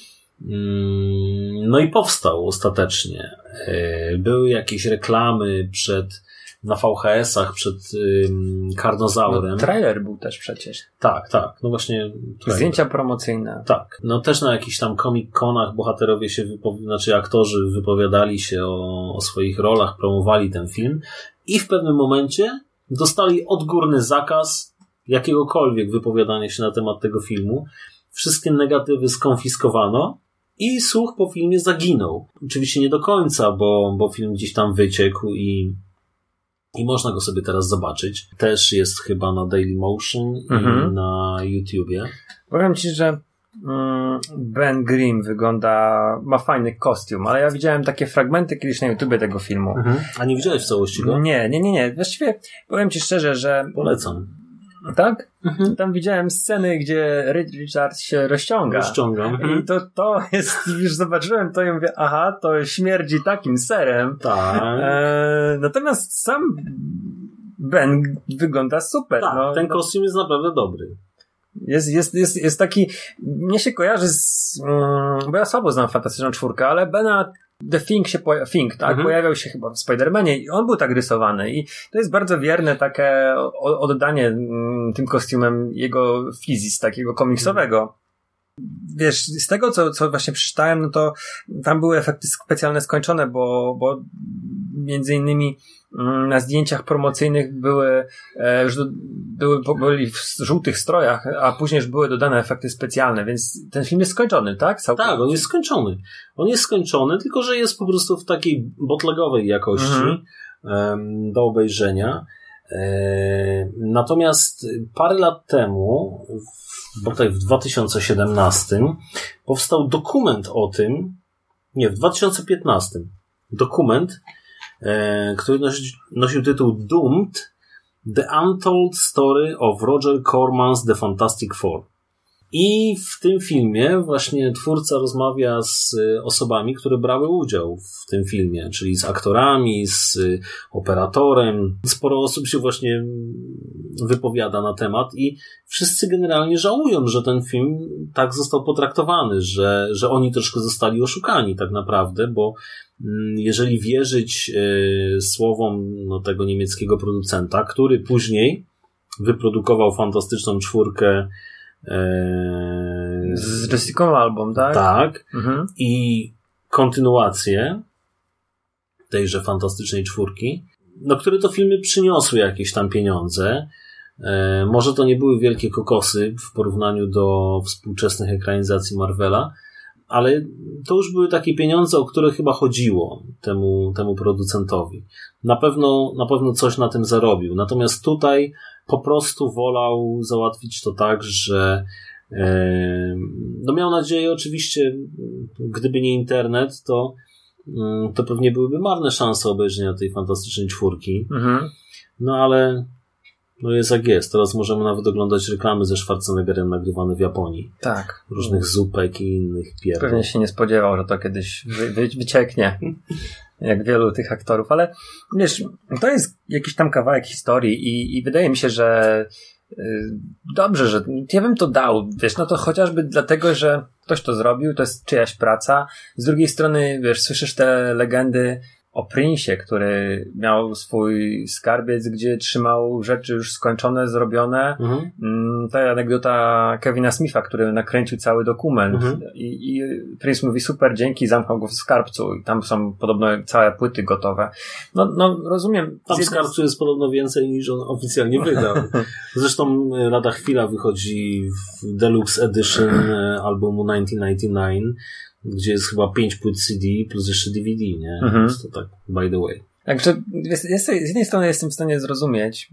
No i powstał ostatecznie. Były jakieś reklamy na VHS-ach przed Karnozaurem. No, trailer był też przecież. Tak. No właśnie. Trailer. Zdjęcia promocyjne. Tak. No też na jakichś tam Comic-Conach bohaterowie się aktorzy wypowiadali się o swoich rolach, promowali ten film i w pewnym momencie dostali odgórny zakaz jakiegokolwiek wypowiadania się na temat tego filmu. Wszystkie negatywy skonfiskowano i słuch po filmie zaginął. Oczywiście nie do końca, bo film gdzieś tam wyciekł i można go sobie teraz zobaczyć. Też jest chyba na Dailymotion i na YouTubie. Powiem Ci, że Ben Grimm ma fajny kostium, ale ja widziałem takie fragmenty kiedyś na YouTubie tego filmu. A nie widziałeś w całości go? Nie. Właściwie powiem Ci szczerze, że... Polecam. Tak? Tam widziałem sceny, gdzie Richard się rozciąga. I to jest, już zobaczyłem to i mówię, aha, to śmierdzi takim serem. Tak. Natomiast sam Ben wygląda super. Tak, ten kostium jest naprawdę dobry. Jest taki, mnie się kojarzy bo ja słabo znam Fantastyczną Czwórkę, ale Bena The Thing pojawiał się chyba w Spider-Manie i on był tak rysowany i to jest bardzo wierne takie oddanie tym kostiumem jego fizis, takiego komiksowego. Wiesz, z tego co właśnie przeczytałem, no to tam były efekty specjalne skończone, bo między innymi na zdjęciach promocyjnych byli w żółtych strojach, a później już były dodane efekty specjalne, więc ten film jest skończony, tak? Tak, on jest skończony. On jest skończony, tylko że jest po prostu w takiej bootlegowej jakości do obejrzenia. Natomiast parę lat temu, bodaj w 2017, powstał dokument o tym, w 2015, dokument, który nosił tytuł Doomed, The Untold Story of Roger Corman's The Fantastic Four. I w tym filmie właśnie twórca rozmawia z osobami, które brały udział w tym filmie, czyli z aktorami, z operatorem. Sporo osób się właśnie wypowiada na temat i wszyscy generalnie żałują, że ten film tak został potraktowany, że oni troszkę zostali oszukani tak naprawdę, bo jeżeli wierzyć słowom tego niemieckiego producenta, który później wyprodukował Fantastyczną Czwórkę z Jessicą Albą, tak? Tak. I kontynuację tejże Fantastycznej Czwórki, które to filmy przyniosły jakieś tam pieniądze. Może to nie były wielkie kokosy w porównaniu do współczesnych ekranizacji Marvela, ale to już były takie pieniądze, o które chyba chodziło temu producentowi. Na pewno coś na tym zarobił. Natomiast tutaj po prostu wolał załatwić to tak, że miał nadzieję oczywiście, gdyby nie internet, to pewnie byłyby marne szanse obejrzenia tej Fantastycznej Czwórki. No ale jest jak jest. Teraz możemy nawet oglądać reklamy ze Schwarzeneggerem nagrywane w Japonii. Tak. Różnych zupek i innych pierdół. Pewnie się nie spodziewał, że to kiedyś wycieknie. Jak wielu tych aktorów, ale wiesz, to jest jakiś tam kawałek historii i wydaje mi się, że dobrze, że ja bym to dał, wiesz, to chociażby dlatego, że ktoś to zrobił, to jest czyjaś praca. Z drugiej strony, wiesz, słyszysz te legendy o Prince'ie, który miał swój skarbiec, gdzie trzymał rzeczy już skończone, zrobione. Ta anegdota Kevina Smitha, który nakręcił cały dokument i Prince mówi super, dzięki, zamknął go w skarbcu i tam są podobno całe płyty gotowe. Rozumiem. Tam w skarbcu jest podobno więcej niż on oficjalnie wydał. Zresztą lada chwila wychodzi w Deluxe Edition albumu 1999, gdzie jest chyba 5 płyt CD plus jeszcze DVD, nie? To tak, by the way. Także z jednej strony jestem w stanie zrozumieć,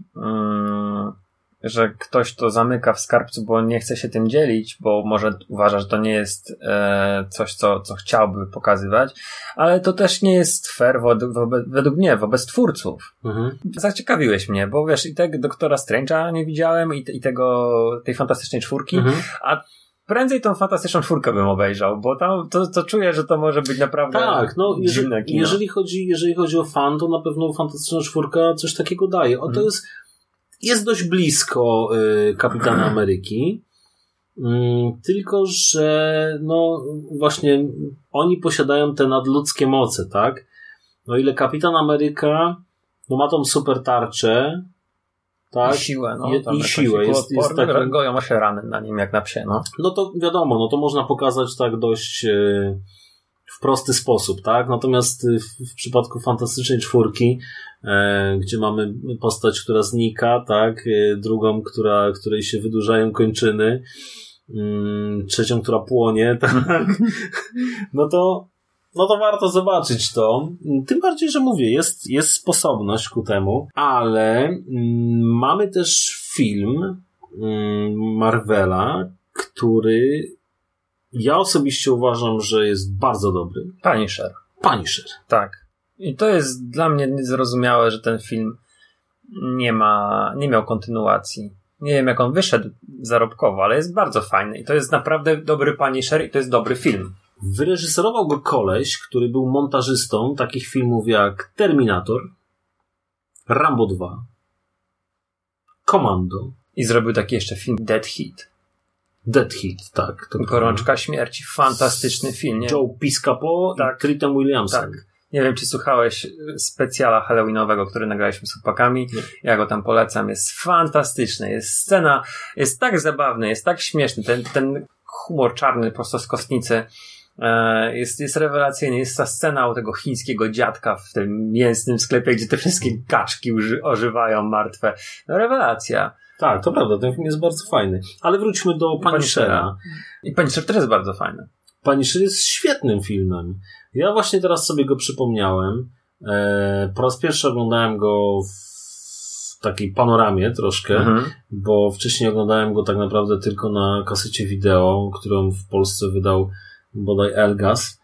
że ktoś to zamyka w skarbcu, bo nie chce się tym dzielić, bo może uważa, że to nie jest coś, co chciałby pokazywać, ale to też nie jest fair według mnie, wobec twórców. Zaciekawiłeś mnie, bo wiesz, i tego Doktora Strange'a nie widziałem, i tej Fantastycznej Czwórki, a prędzej tą Fantastyczną Czwórkę bym obejrzał, bo tam to czuję, że to może być naprawdę dziwne kino. Jeżeli chodzi o fan, to na pewno Fantastyczna Czwórka coś takiego daje. To jest dość blisko Kapitana Ameryki, tylko że no właśnie oni posiadają te nadludzkie moce, tak? No ile Kapitan Ameryka ma tą super tarczę, tak? I siłę, I siłę. Jest tak, goją się rany na nim jak na psie, No to wiadomo, to można pokazać tak dość w prosty sposób, tak? Natomiast w przypadku Fantastycznej Czwórki, gdzie mamy postać, która znika, tak? Drugą, której się wydłużają kończyny, trzecią, która płonie, tak? No to warto zobaczyć to. Tym bardziej, że mówię, jest sposobność ku temu, ale mamy też film Marvela, który ja osobiście uważam, że jest bardzo dobry. Punisher. Tak. I to jest dla mnie niezrozumiałe, że ten film nie miał kontynuacji. Nie wiem, jak on wyszedł zarobkowo, ale jest bardzo fajny. I to jest naprawdę dobry Punisher i to jest dobry film. Wyreżyserował go koleś, który był montażystą takich filmów jak Terminator, Rambo 2, Commando. I zrobił taki jeszcze film Dead Heat, tak. Gorączka śmierci. Fantastyczny film. Nie? Joe Piscopo i Treatem Williamsem. Tak. Nie wiem, czy słuchałeś specjala halloweenowego, który nagraliśmy z chłopakami. Ja go tam polecam. Jest fantastyczny. Jest scena, jest tak zabawny, jest tak śmieszny. Ten humor czarny prosto z kostnicy jest rewelacyjny. Jest ta scena u tego chińskiego dziadka w tym mięsnym sklepie, gdzie te wszystkie kaczki ożywają martwe. No rewelacja. Tak, to prawda, ten film jest bardzo fajny. Ale wróćmy do Punishera. I Punisher też jest bardzo fajny. Punisher jest świetnym filmem. Ja właśnie teraz sobie go przypomniałem. Po raz pierwszy oglądałem go w takiej panoramie troszkę, bo wcześniej oglądałem go tak naprawdę tylko na kasecie wideo, którą w Polsce wydał bodaj Elgas.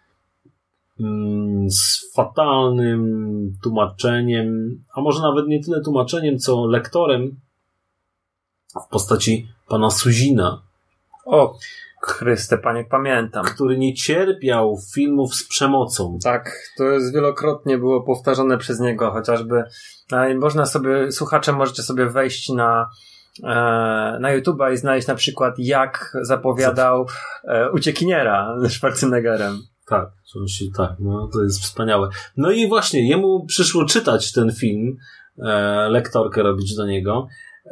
Z fatalnym tłumaczeniem, a może nawet nie tyle tłumaczeniem, co lektorem w postaci pana Suzina. O, Chryste, panie, pamiętam. Który nie cierpiał filmów z przemocą. Tak, to jest wielokrotnie było powtarzane przez niego, chociażby można sobie, słuchacze, możecie sobie wejść na YouTube'a i znaleźć na przykład, jak zapowiadał Uciekiniera ze Schwarzeneggerem. Tak, to jest wspaniałe. No i właśnie, jemu przyszło czytać ten film, lektorkę robić do niego.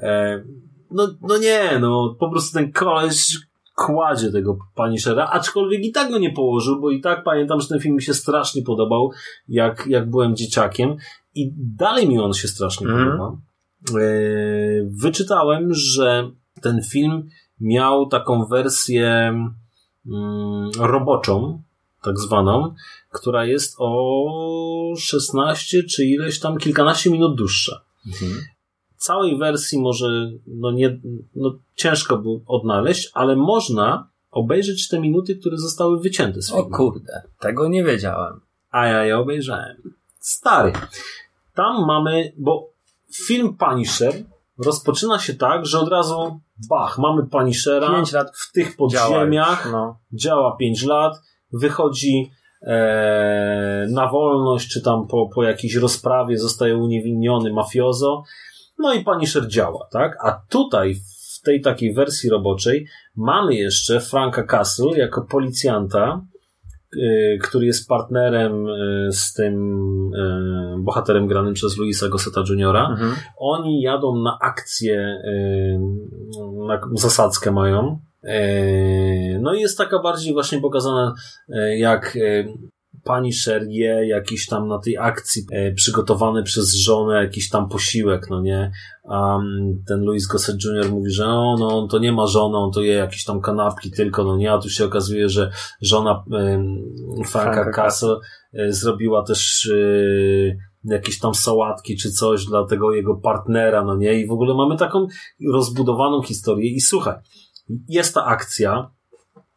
Po prostu ten koleś kładzie tego Punishera, aczkolwiek i tak go nie położył, bo i tak pamiętam, że ten film mi się strasznie podobał, jak byłem dzieciakiem i dalej mi on się strasznie podoba. Wyczytałem, że ten film miał taką wersję roboczą, tak zwaną, która jest o 16 czy ileś tam kilkanaście minut dłuższa. Całej wersji może ciężko było odnaleźć, ale można obejrzeć te minuty, które zostały wycięte z filmu. O kurde, tego nie wiedziałem. A ja je obejrzałem. Stary. Tam mamy, bo film Punisher rozpoczyna się tak, że od razu mamy Punishera 5 lat w tych podziemiach, działa 5 lat, wychodzi na wolność, czy tam po jakiejś rozprawie zostaje uniewinniony mafiozo. No i Punisher działa, tak? A tutaj w tej takiej wersji roboczej mamy jeszcze Franka Castle jako policjanta, który jest partnerem z tym bohaterem granym przez Louisa Gosseta Jr. Oni jadą na akcję, na zasadzkę mają. No i jest taka bardziej właśnie pokazana, jak Punisher je jakiś tam na tej akcji przygotowany przez żonę jakiś tam posiłek, no nie? A ten Louis Gossett Jr. mówi, że on to nie ma żony, on to je jakieś tam kanapki tylko, no nie? A tu się okazuje, że żona Franka Castle zrobiła też jakieś tam sałatki czy coś dla tego jego partnera, no nie? I w ogóle mamy taką rozbudowaną historię i słuchaj, jest ta akcja,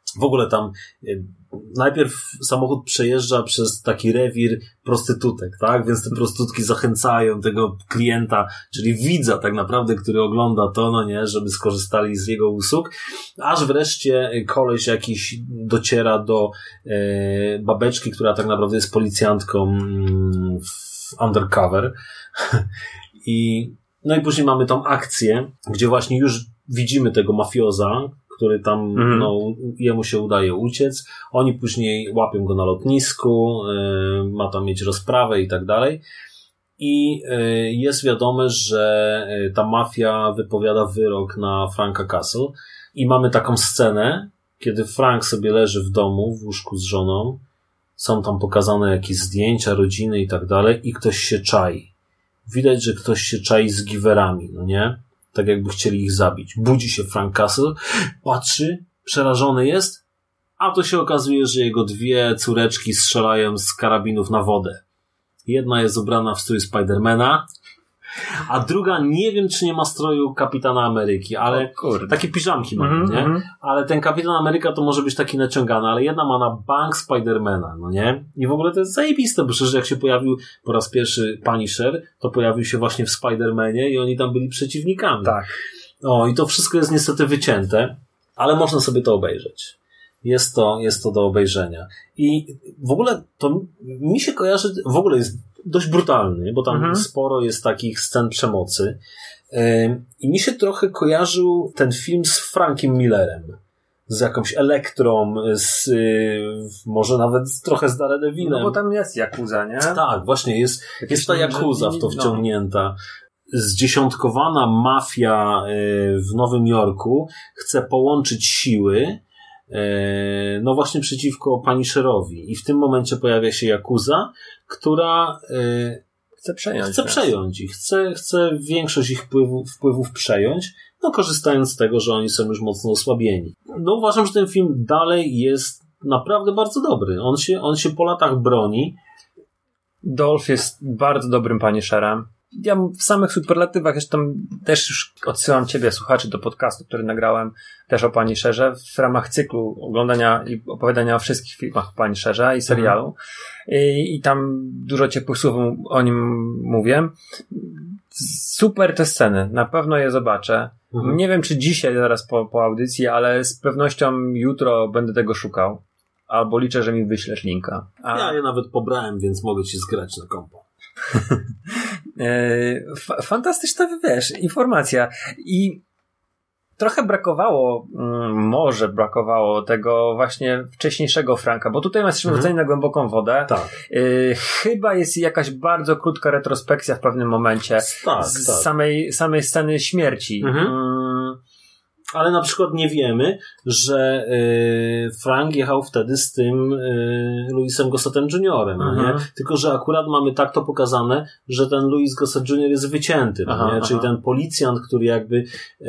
w ogóle tam najpierw samochód przejeżdża przez taki rewir prostytutek, tak? Więc te prostytutki zachęcają tego klienta, czyli widza tak naprawdę, który ogląda to, no nie, żeby skorzystali z jego usług, aż wreszcie koleś jakiś dociera do babeczki, która tak naprawdę jest policjantką w undercover. No i później mamy tą akcję, gdzie właśnie już widzimy tego mafioza, który tam, no, jemu się udaje uciec. Oni później łapią go na lotnisku, ma tam mieć rozprawę i tak dalej. I jest wiadome, że ta mafia wypowiada wyrok na Franka Castle. I mamy taką scenę, kiedy Frank sobie leży w domu, w łóżku z żoną. Są tam pokazane jakieś zdjęcia, rodziny i tak dalej. I ktoś się czai. Widać, że ktoś się czai z giwerami, no nie? Tak jakby chcieli ich zabić. Budzi się Frank Castle, patrzy, przerażony jest, a to się okazuje, że jego 2 córeczki strzelają z karabinów na wodę. Jedna jest ubrana w strój Spidermana, a druga nie wiem, czy nie ma stroju Kapitana Ameryki, ale takie piżamki ma, nie? Ale ten Kapitan Ameryka to może być taki naciągany, ale jedna ma na bank Spidermana, no nie? I w ogóle to jest zajebiste, bo przecież jak się pojawił po raz pierwszy Punisher, to pojawił się właśnie w Spidermanie i oni tam byli przeciwnikami. Tak. O, i to wszystko jest niestety wycięte, ale można sobie to obejrzeć. Jest to do obejrzenia. I w ogóle to mi się kojarzy, w ogóle jest dość brutalny, bo tam sporo jest takich scen przemocy. I mi się trochę kojarzył ten film z Frankiem Millerem. Z jakąś Elektrą, może nawet trochę z Daredevilem. No bo tam jest Yakuza, nie? Tak, właśnie, jest ta Yakuza w to wciągnięta. Zdziesiątkowana mafia w Nowym Jorku chce połączyć siły, no właśnie przeciwko Punisherowi. I w tym momencie pojawia się Yakuza, która chce przejąć ich. Chce większość ich wpływów przejąć, no korzystając z tego, że oni są już mocno osłabieni. No uważam, że ten film dalej jest naprawdę bardzo dobry. On się po latach broni. Dolph jest bardzo dobrym Punisherem. Ja w samych superlatywach, zresztą też już odsyłam ciebie, słuchaczy, do podcastu, który nagrałem też o Punisherze w ramach cyklu oglądania i opowiadania o wszystkich filmach o Punisherze i serialu. I tam dużo ciepłych słów o nim mówię. Super te sceny, na pewno je zobaczę. Nie wiem, czy dzisiaj, zaraz po audycji, ale z pewnością jutro będę tego szukał. Albo liczę, że mi wyślesz linka. Ja je nawet pobrałem, więc mogę ci zgrać na kompo. Fantastyczna, informacja. I trochę może brakowało tego właśnie wcześniejszego Franka, bo tutaj jesteśmy wrzuceni na głęboką wodę. Tak. Chyba jest jakaś bardzo krótka retrospekcja w pewnym momencie z samej sceny śmierci. Ale na przykład nie wiemy, że Frank jechał wtedy z tym Louisem Gossettem Jr., nie? Tylko że akurat mamy tak to pokazane, że ten Louis Gossett Jr. jest wycięty, nie? Czyli ten policjant, który jakby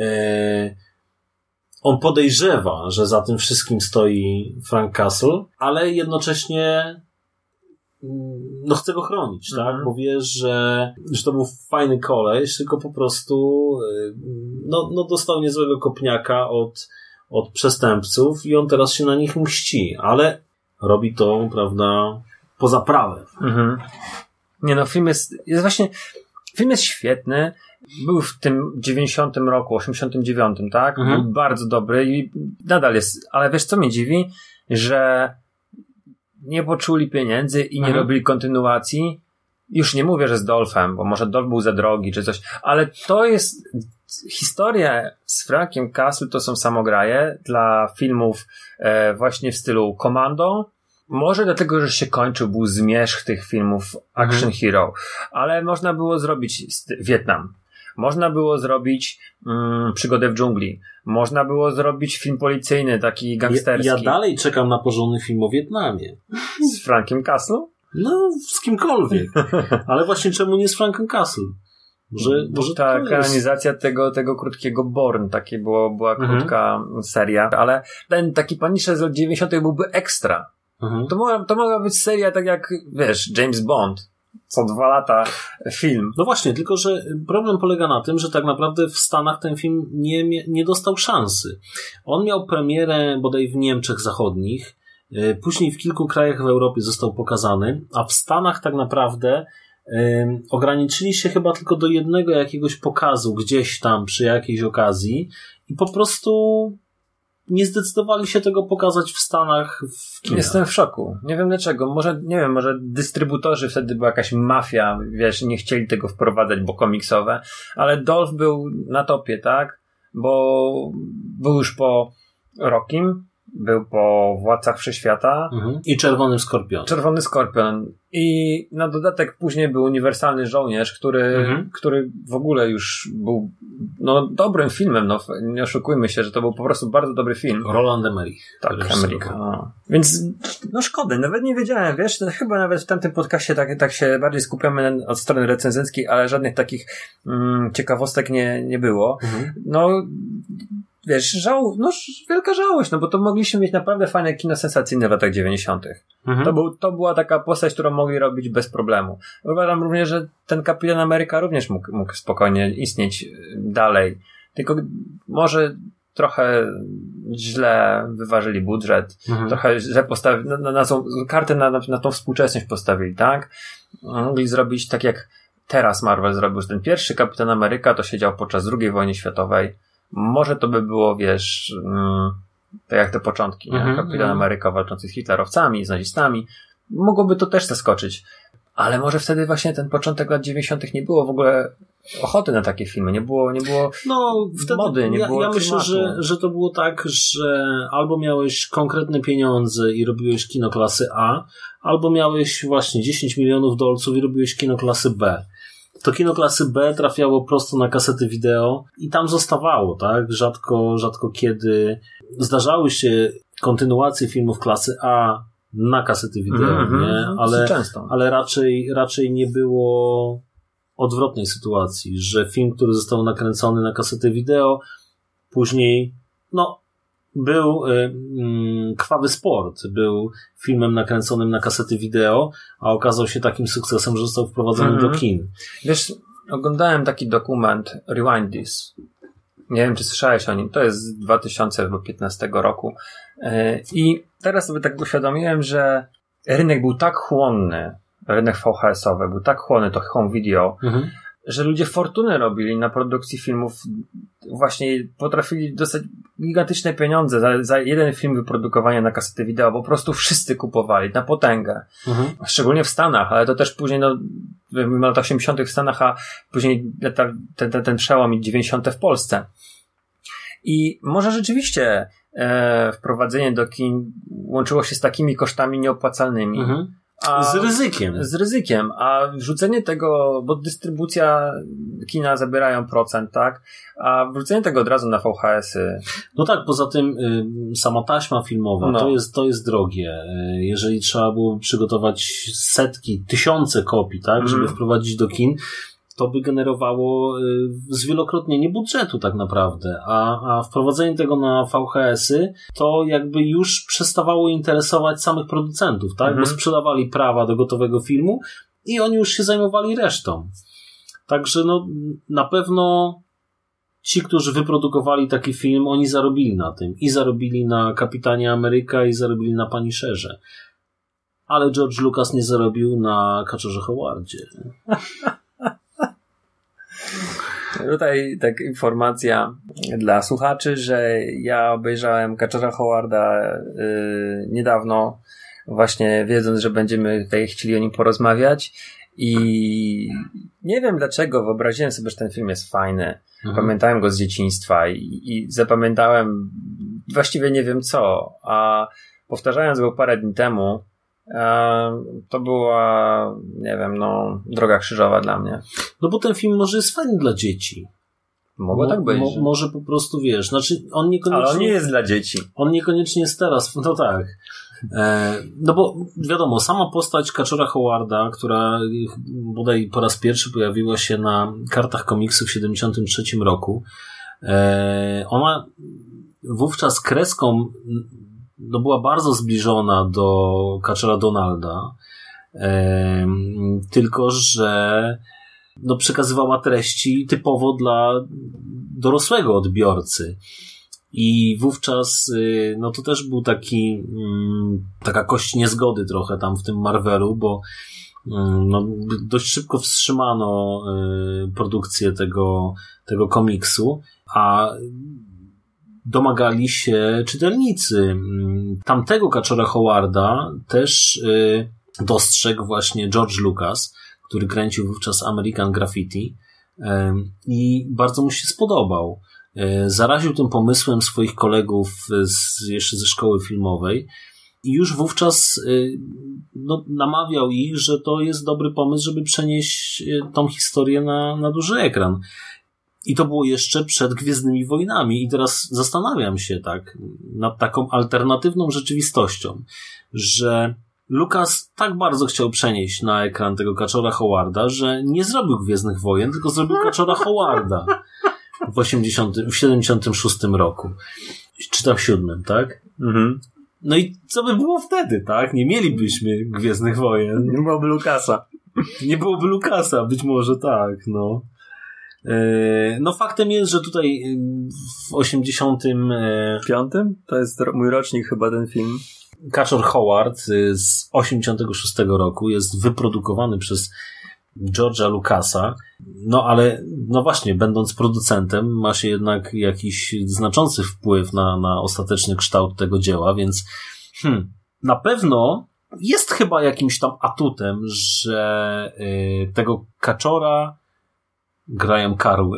on podejrzewa, że za tym wszystkim stoi Frank Castle, ale jednocześnie no chce go chronić, tak? Bo wie, że to był fajny koleś, tylko po prostu no dostał niezłego kopniaka od przestępców i on teraz się na nich mści, ale robi to, prawda, poza prawem. Nie no, film jest świetny. Był w tym 90 roku, 89, tak? Był bardzo dobry i nadal jest, ale wiesz co mnie dziwi? Że nie poczuli pieniędzy i nie robili kontynuacji. Już nie mówię, że z Dolphem, bo może Dolph był za drogi czy coś, ale to jest historia z Frankiem Castle, to są samograje dla filmów właśnie w stylu Commando. Może dlatego, że się kończył, był zmierzch tych filmów Action Hero, ale można było zrobić Wietnam. Można było zrobić Przygodę w dżungli. Można było zrobić film policyjny, taki gangsterski. Ja dalej czekam na porządny film o Wietnamie. Z Frankiem Castle? No, z kimkolwiek. Ale właśnie czemu nie z Frankiem Castle? Może ta ekranizacja tego krótkiego Bourne, była krótka seria, ale ten taki Punisher z lat 90. byłby ekstra. To mogła być seria tak jak, wiesz, James Bond. co 2 lata film. No właśnie, tylko że problem polega na tym, że tak naprawdę w Stanach ten film nie dostał szansy. On miał premierę bodaj w Niemczech Zachodnich, później w kilku krajach w Europie został pokazany, a w Stanach tak naprawdę ograniczyli się chyba tylko do jednego jakiegoś pokazu gdzieś tam przy jakiejś okazji i po prostu nie zdecydowali się tego pokazać w Stanach w kinach. Jestem w szoku. Nie wiem dlaczego. Może dystrybutorzy, wtedy była jakaś mafia, wiesz, nie chcieli tego wprowadzać, bo komiksowe, ale Dolph był na topie, tak? Bo był już po Rockim, był po Władcach Wszechświata. I Czerwonym Skorpionem. Czerwony Skorpion. I na dodatek później był Uniwersalny Żołnierz, który w ogóle już był dobrym filmem. No, nie oszukujmy się, że to był po prostu bardzo dobry film. Roland Emmerich. Tak, Emmerich. Więc szkoda, nawet nie wiedziałem, wiesz, to chyba nawet w tamtym podcaście tak się bardziej skupiamy od strony recenzenckiej, ale żadnych takich ciekawostek nie było. No wiesz, wielka żałość, bo to mogliśmy mieć naprawdę fajne kino sensacyjne w latach 90. To była taka postać, którą mogli robić bez problemu. Uważam również, że ten Kapitan Ameryka również mógł spokojnie istnieć dalej. Tylko może trochę źle wyważyli budżet, trochę źle postawili, kartę na tą współczesność postawili, tak? Mogli zrobić tak jak teraz Marvel zrobił, że ten pierwszy Kapitan Ameryka to siedział podczas II wojny światowej. Może to by było, wiesz, tak jak te początki, Kapitan Ameryka walczący z hitlerowcami, z nazistami. Mogłoby to też zaskoczyć. Ale może wtedy właśnie ten początek lat 90. nie było w ogóle ochoty na takie filmy, nie było wtedy mody, nie było ja myślę, że to było tak, że albo miałeś konkretne pieniądze i robiłeś kino klasy A, albo miałeś właśnie 10 milionów dolców i robiłeś kino klasy B. To kino klasy B trafiało prosto na kasety wideo i tam zostawało, tak? Rzadko kiedy zdarzały się kontynuacje filmów klasy A na kasety wideo, nie? Ale raczej nie było odwrotnej sytuacji, że film, który został nakręcony na kasety wideo, później był Krwawy Sport, był filmem nakręconym na kasety wideo, a okazał się takim sukcesem, że został wprowadzony do kin. Wiesz, oglądałem taki dokument Rewind This. Nie wiem, czy słyszałeś o nim. To jest z 2015 roku. I teraz sobie tak uświadomiłem, że rynek był tak chłonny, rynek VHS-owy był tak chłonny, to home video, że ludzie fortunę robili na produkcji filmów, właśnie potrafili dostać gigantyczne pieniądze za jeden film wyprodukowania na kasety wideo, po prostu wszyscy kupowali na potęgę. Szczególnie w Stanach, ale to też później w latach 80. w Stanach, a później ten przełom i 90. w Polsce. I może rzeczywiście wprowadzenie do kin łączyło się z takimi kosztami nieopłacalnymi. Z ryzykiem, a wrzucenie tego, bo dystrybucja kina zabierają procent, tak? A wrzucenie tego od razu na VHS-y. No tak, poza tym sama taśma filmowa, to jest drogie. Jeżeli trzeba było przygotować setki, tysiące kopii, tak, żeby wprowadzić do kin, to by generowało zwielokrotnienie budżetu tak naprawdę, a wprowadzenie tego na VHS-y to jakby już przestawało interesować samych producentów, tak? Bo sprzedawali prawa do gotowego filmu i oni już się zajmowali resztą. Także na pewno ci, którzy wyprodukowali taki film, oni zarobili na tym i zarobili na Kapitanie Ameryka i zarobili na Punisherze. Ale George Lucas nie zarobił na Kaczorze Howardzie. Tutaj tak informacja dla słuchaczy, że ja obejrzałem Kaczora Howarda niedawno, właśnie wiedząc, że będziemy tutaj chcieli o nim porozmawiać i nie wiem dlaczego wyobraziłem sobie, że ten film jest fajny. Pamiętałem go z dzieciństwa i zapamiętałem właściwie nie wiem co, a powtarzając go parę dni temu, to była, nie wiem, droga krzyżowa dla mnie. No bo ten film może jest fajny dla dzieci. Mogło tak być. Może po prostu, wiesz, on niekoniecznie... Ale on nie jest dla dzieci. On niekoniecznie jest teraz, no tak. No bo wiadomo, sama postać Kaczora Howarda, która bodaj po raz pierwszy pojawiła się na kartach komiksu w 1973 roku, ona wówczas kreską była bardzo zbliżona do Kaczora Donalda tylko że no, przekazywała treści typowo dla dorosłego odbiorcy. I wówczas no to też był taka kość niezgody trochę tam w tym Marvelu, bo no, dość szybko wstrzymano produkcję tego komiksu, a domagali się czytelnicy. Tamtego Kaczora Howarda też dostrzegł właśnie George Lucas, który kręcił wówczas American Graffiti i bardzo mu się spodobał. Zaraził tym pomysłem swoich kolegów jeszcze ze szkoły filmowej i już wówczas no, namawiał ich, że to jest dobry pomysł, żeby przenieść tą historię na duży ekran. I to było jeszcze przed Gwiezdnymi Wojnami. I teraz zastanawiam się tak nad taką alternatywną rzeczywistością, że Lucas tak bardzo chciał przenieść na ekran tego Kaczora Howarda, że nie zrobił Gwiezdnych Wojen, tylko zrobił Kaczora Howarda w 76 roku. Czy tam 7, tak? Mhm. No i co by było wtedy, tak? Nie mielibyśmy Gwiezdnych Wojen. Nie byłoby Lucasa. Nie byłoby Lucasa, być może tak, no. No faktem jest, że tutaj w 85 to jest mój rocznik chyba ten film. Kaczor Howard z 86 roku jest wyprodukowany przez George'a Lucasa, no ale no właśnie, będąc producentem ma się jednak jakiś znaczący wpływ na ostateczny kształt tego dzieła, więc na pewno jest chyba jakimś tam atutem, że tego Kaczora grają karły.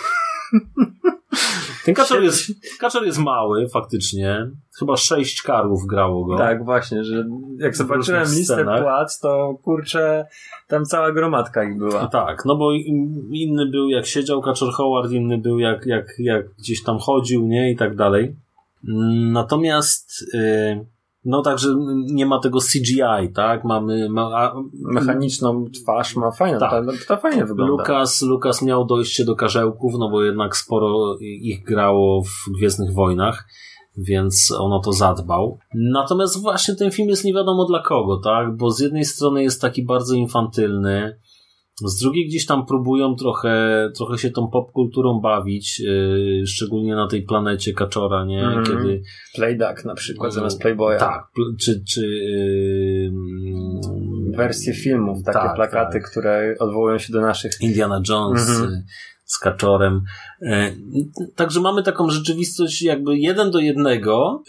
Ten kaczor jest mały, faktycznie. Chyba 6 karłów grało go. Tak, właśnie, że jak zobaczyłem listę płac, to kurczę, tam cała gromadka ich była. Tak, no bo inny był jak siedział Kaczor Howard, inny był jak gdzieś tam chodził, nie? I tak dalej. Natomiast no także nie ma tego CGI, tak? Mamy mechaniczną twarz, ma fajną, tak. To fajnie wygląda. Lucas miał dojście do karzełków, no bo jednak sporo ich grało w Gwiezdnych Wojnach, więc on o to zadbał. Natomiast właśnie ten film jest nie wiadomo dla kogo, tak? Bo z jednej strony jest taki bardzo infantylny, z drugiej gdzieś tam próbują trochę się tą popkulturą bawić, szczególnie na tej planecie Kaczora, nie? Kiedy Playduck na przykład zamiast Playboya. Tak, czy wersje filmów, takie plakaty, które odwołują się do naszych. Indiana Jones z Kaczorem. Także mamy taką rzeczywistość jakby 1:1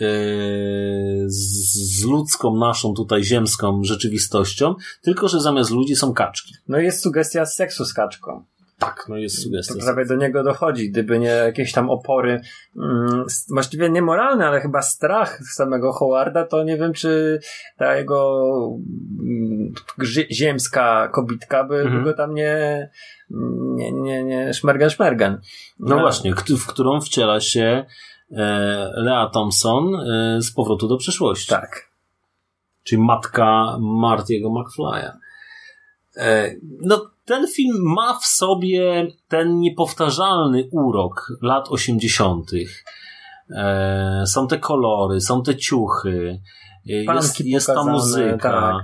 z ludzką, naszą tutaj ziemską rzeczywistością, tylko że zamiast ludzi są kaczki. No jest sugestia seksu z kaczką. Tak, no jest sugestia. To prawie do niego dochodzi, gdyby nie jakieś tam opory, właściwie niemoralne, ale chyba strach samego Howarda, to nie wiem, czy ta jego ziemska kobitka by go tam nie szmergen. No właśnie, w którą wciela się Lea Thompson z Powrotu do przyszłości. Tak. Czyli matka Marty'ego McFly'a. No, ten film ma w sobie ten niepowtarzalny urok lat 80. Są te kolory, są te ciuchy, jest ta muzyka. Tak.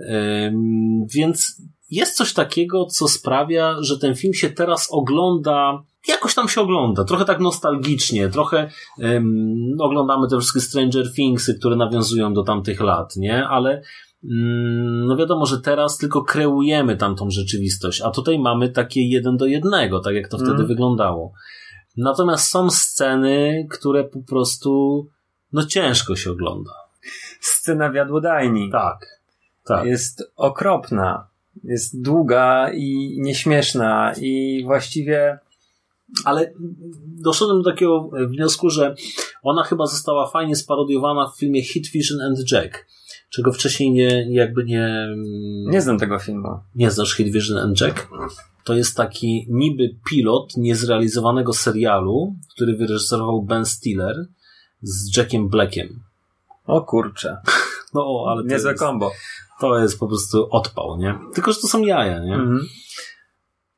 Więc jest coś takiego, co sprawia, że ten film się teraz ogląda, jakoś tam się ogląda, trochę tak nostalgicznie, trochę oglądamy te wszystkie Stranger Thingsy, które nawiązują do tamtych lat, nie? Ale no wiadomo, że teraz tylko kreujemy tamtą rzeczywistość, a tutaj mamy takie 1:1, tak jak to wtedy wyglądało. Natomiast są sceny, które po prostu no ciężko się ogląda. Scena w jadłodajni. Tak. Jest okropna, jest długa i nieśmieszna i właściwie... Ale doszedłem do takiego wniosku, że ona chyba została fajnie sparodiowana w filmie Hit, Vision and Jack, czego wcześniej nie znam tego filmu. Nie znasz Hit, Vision and Jack? To jest taki niby pilot niezrealizowanego serialu, który wyreżyserował Ben Stiller z Jackiem Blackiem. O kurczę. No, ale niezłe kombo. To jest po prostu odpał, nie? Tylko, że to są jaja, nie?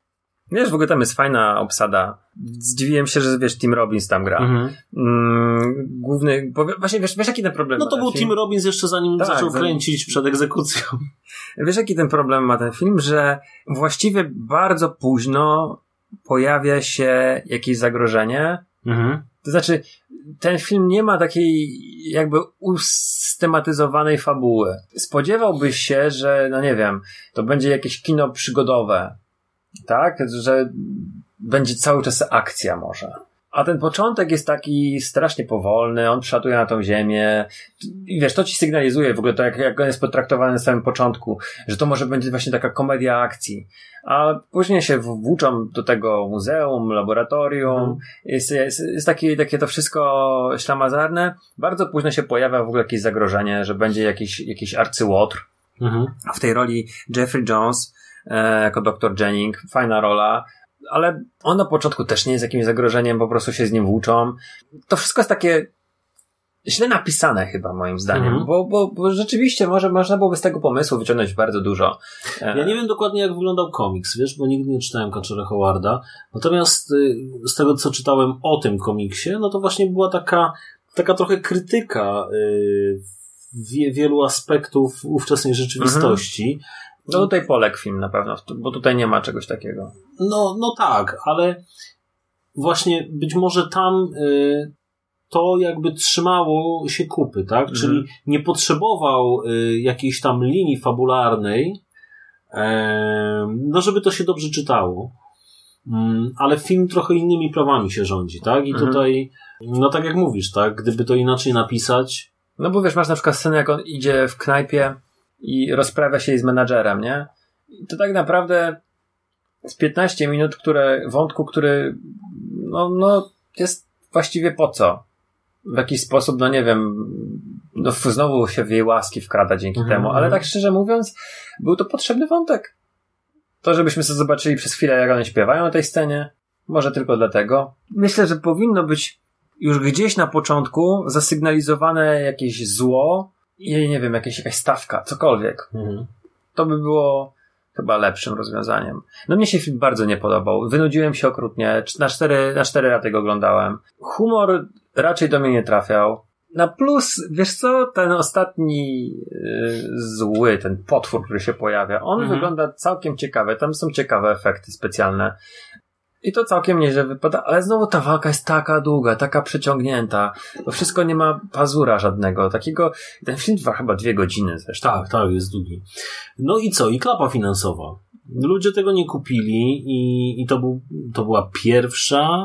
Wiesz, w ogóle tam jest fajna obsada. Zdziwiłem się, że wiesz, Tim Robbins tam gra. Główny, właśnie wiesz jaki ten problem ma to był film? Tim Robbins jeszcze zanim zaczął kręcić przed egzekucją. Wiesz jaki ten problem ma ten film, że właściwie bardzo późno pojawia się jakieś zagrożenie. To znaczy, ten film nie ma takiej jakby usystematyzowanej fabuły. Spodziewałbyś się, że no nie wiem, to będzie jakieś kino przygodowe. Tak? Że będzie cały czas akcja może. A ten początek jest taki strasznie powolny, on przelatuje na tą ziemię i wiesz, to ci sygnalizuje w ogóle to, jak on jest potraktowany na samym początku, że to może będzie właśnie taka komedia akcji. A później się włóczą do tego muzeum, laboratorium, jest takie to wszystko ślamazarne. Bardzo późno się pojawia w ogóle jakieś zagrożenie, że będzie jakiś arcyłotr. W tej roli Jeffrey Jones jako dr Jennings, fajna rola, ale on na początku też nie jest jakimś zagrożeniem, po prostu się z nim włóczą. To wszystko jest takie źle napisane chyba moim zdaniem, bo rzeczywiście można byłoby z tego pomysłu wyciągnąć bardzo dużo. Ja nie wiem dokładnie jak wyglądał komiks, wiesz, bo nigdy nie czytałem Catchera Howarda, natomiast z tego co czytałem o tym komiksie, no to właśnie była taka trochę krytyka wielu aspektów ówczesnej rzeczywistości. No tutaj poległ film na pewno, bo tutaj nie ma czegoś takiego. No tak, ale właśnie być może tam to jakby trzymało się kupy, tak? Czyli nie potrzebował jakiejś tam linii fabularnej, no żeby to się dobrze czytało. Ale film trochę innymi prawami się rządzi, tak? I tutaj, no tak jak mówisz, tak? Gdyby to inaczej napisać. No bo wiesz, masz na przykład scenę, jak on idzie w knajpie i rozprawia się z menadżerem, nie? I to tak naprawdę z 15 minut, wątku, który no jest właściwie po co? W jakiś sposób, no nie wiem, no znowu się w jej łaski wkrada dzięki temu, ale tak szczerze mówiąc, był to potrzebny wątek. To, żebyśmy sobie zobaczyli przez chwilę, jak one śpiewają na tej scenie, może tylko dlatego. Myślę, że powinno być już gdzieś na początku zasygnalizowane jakieś zło i nie wiem, jakaś stawka, cokolwiek. To by było chyba lepszym rozwiązaniem. No mnie się film bardzo nie podobał. Wynudziłem się okrutnie. Na 4 raty go oglądałem. Humor raczej do mnie nie trafiał. Na plus, wiesz co, ten ostatni zły, ten potwór, który się pojawia, on wygląda całkiem ciekawe. Tam są ciekawe efekty specjalne. I to całkiem nieźle wypada, ale znowu ta walka jest taka długa, taka przeciągnięta. To wszystko nie ma pazura żadnego. Takiego, ten film trwa chyba 2 godziny zresztą. Tak, jest długi. No i co? I klapa finansowa. Ludzie tego nie kupili i to była pierwsza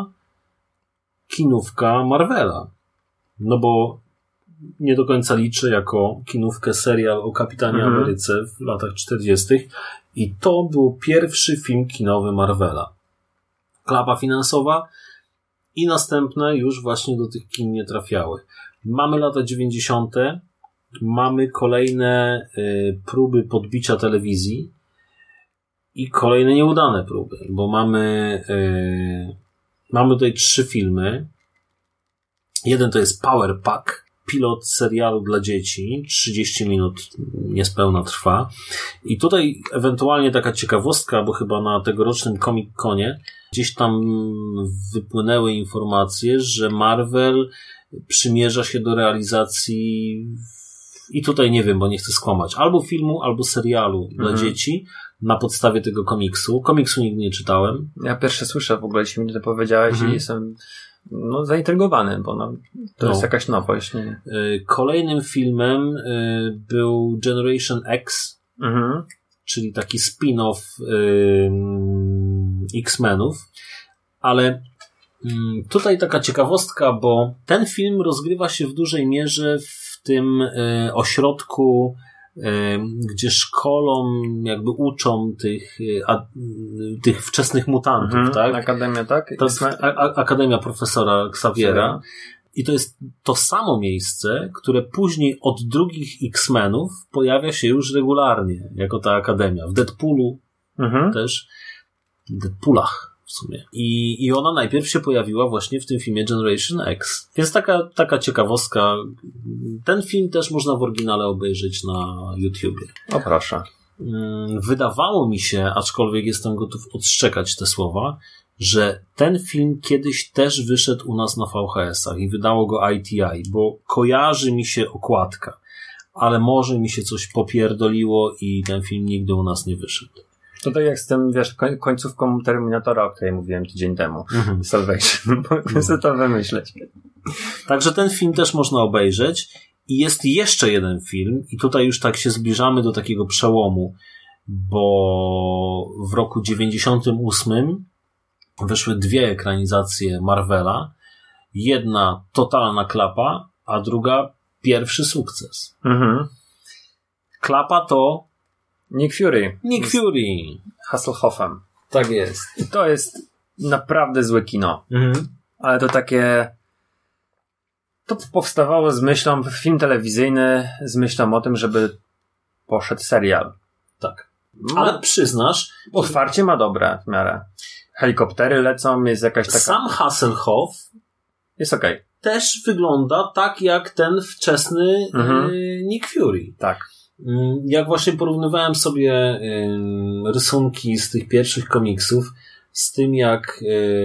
kinówka Marvela. No bo nie do końca liczę jako kinówkę serial o Kapitanie Ameryce w latach 40. I to był pierwszy film kinowy Marvela. Klapa finansowa i następne już właśnie do tych kin nie trafiały. Mamy lata 90. Mamy kolejne próby podbicia telewizji i kolejne nieudane próby, bo mamy tutaj 3 filmy. Jeden to jest Power Pack, pilot serialu dla dzieci, 30 minut niespełna trwa. I tutaj ewentualnie taka ciekawostka, bo chyba na tegorocznym Comic-Conie gdzieś tam wypłynęły informacje, że Marvel przymierza się do realizacji, i tutaj nie wiem, bo nie chcę skłamać, albo filmu, albo serialu dla dzieci na podstawie tego komiksu. Komiksu nigdy nie czytałem. Ja pierwsze słyszę w ogóle, jeśli mi to powiedziałeś i jestem zaintrygowany, bo to jest jakaś nowość. Nie? Kolejnym filmem był Generation X, czyli taki spin-off X-Menów, ale tutaj taka ciekawostka, bo ten film rozgrywa się w dużej mierze w tym ośrodku, gdzie szkolą, jakby uczą tych wczesnych mutantów, tak? Akademia, tak? To jest Akademia profesora Xaviera. I to jest to samo miejsce, które później od drugich X-Menów pojawia się już regularnie, jako ta Akademia. W Deadpoolu też. W Deadpoolach w sumie. I ona najpierw się pojawiła właśnie w tym filmie Generation X. Więc taka ciekawostka. Ten film też można w oryginale obejrzeć na YouTubie. O proszę. wydawało mi się, aczkolwiek jestem gotów odszczekać te słowa, że ten film kiedyś też wyszedł u nas na VHS-ach i wydało go ITI, bo kojarzy mi się okładka, ale może mi się coś popierdoliło i ten film nigdy u nas nie wyszedł. To tak jak z tym, wiesz, końcówką Terminatora, o której mówiłem tydzień temu. Salvation. Mogę sobie to wymyśleć. Także ten film też można obejrzeć. I jest jeszcze jeden film, i tutaj już tak się zbliżamy do takiego przełomu, bo w roku 98 wyszły 2 ekranizacje Marvela. Jedna totalna klapa, a druga pierwszy sukces. Klapa to Nick Fury. Hasselhoffem. Tak jest. I to jest naprawdę złe kino. Ale to takie... To powstawało z myślą, film telewizyjny, z myślą o tym, żeby poszedł serial. Tak. Ale przyznasz... Otwarcie ma dobre w miarę. Helikoptery lecą, jest jakaś taka... Sam Hasselhoff jest okej. Też wygląda tak jak ten wczesny Nick Fury. Tak. Jak właśnie porównywałem sobie rysunki z tych pierwszych komiksów z tym jak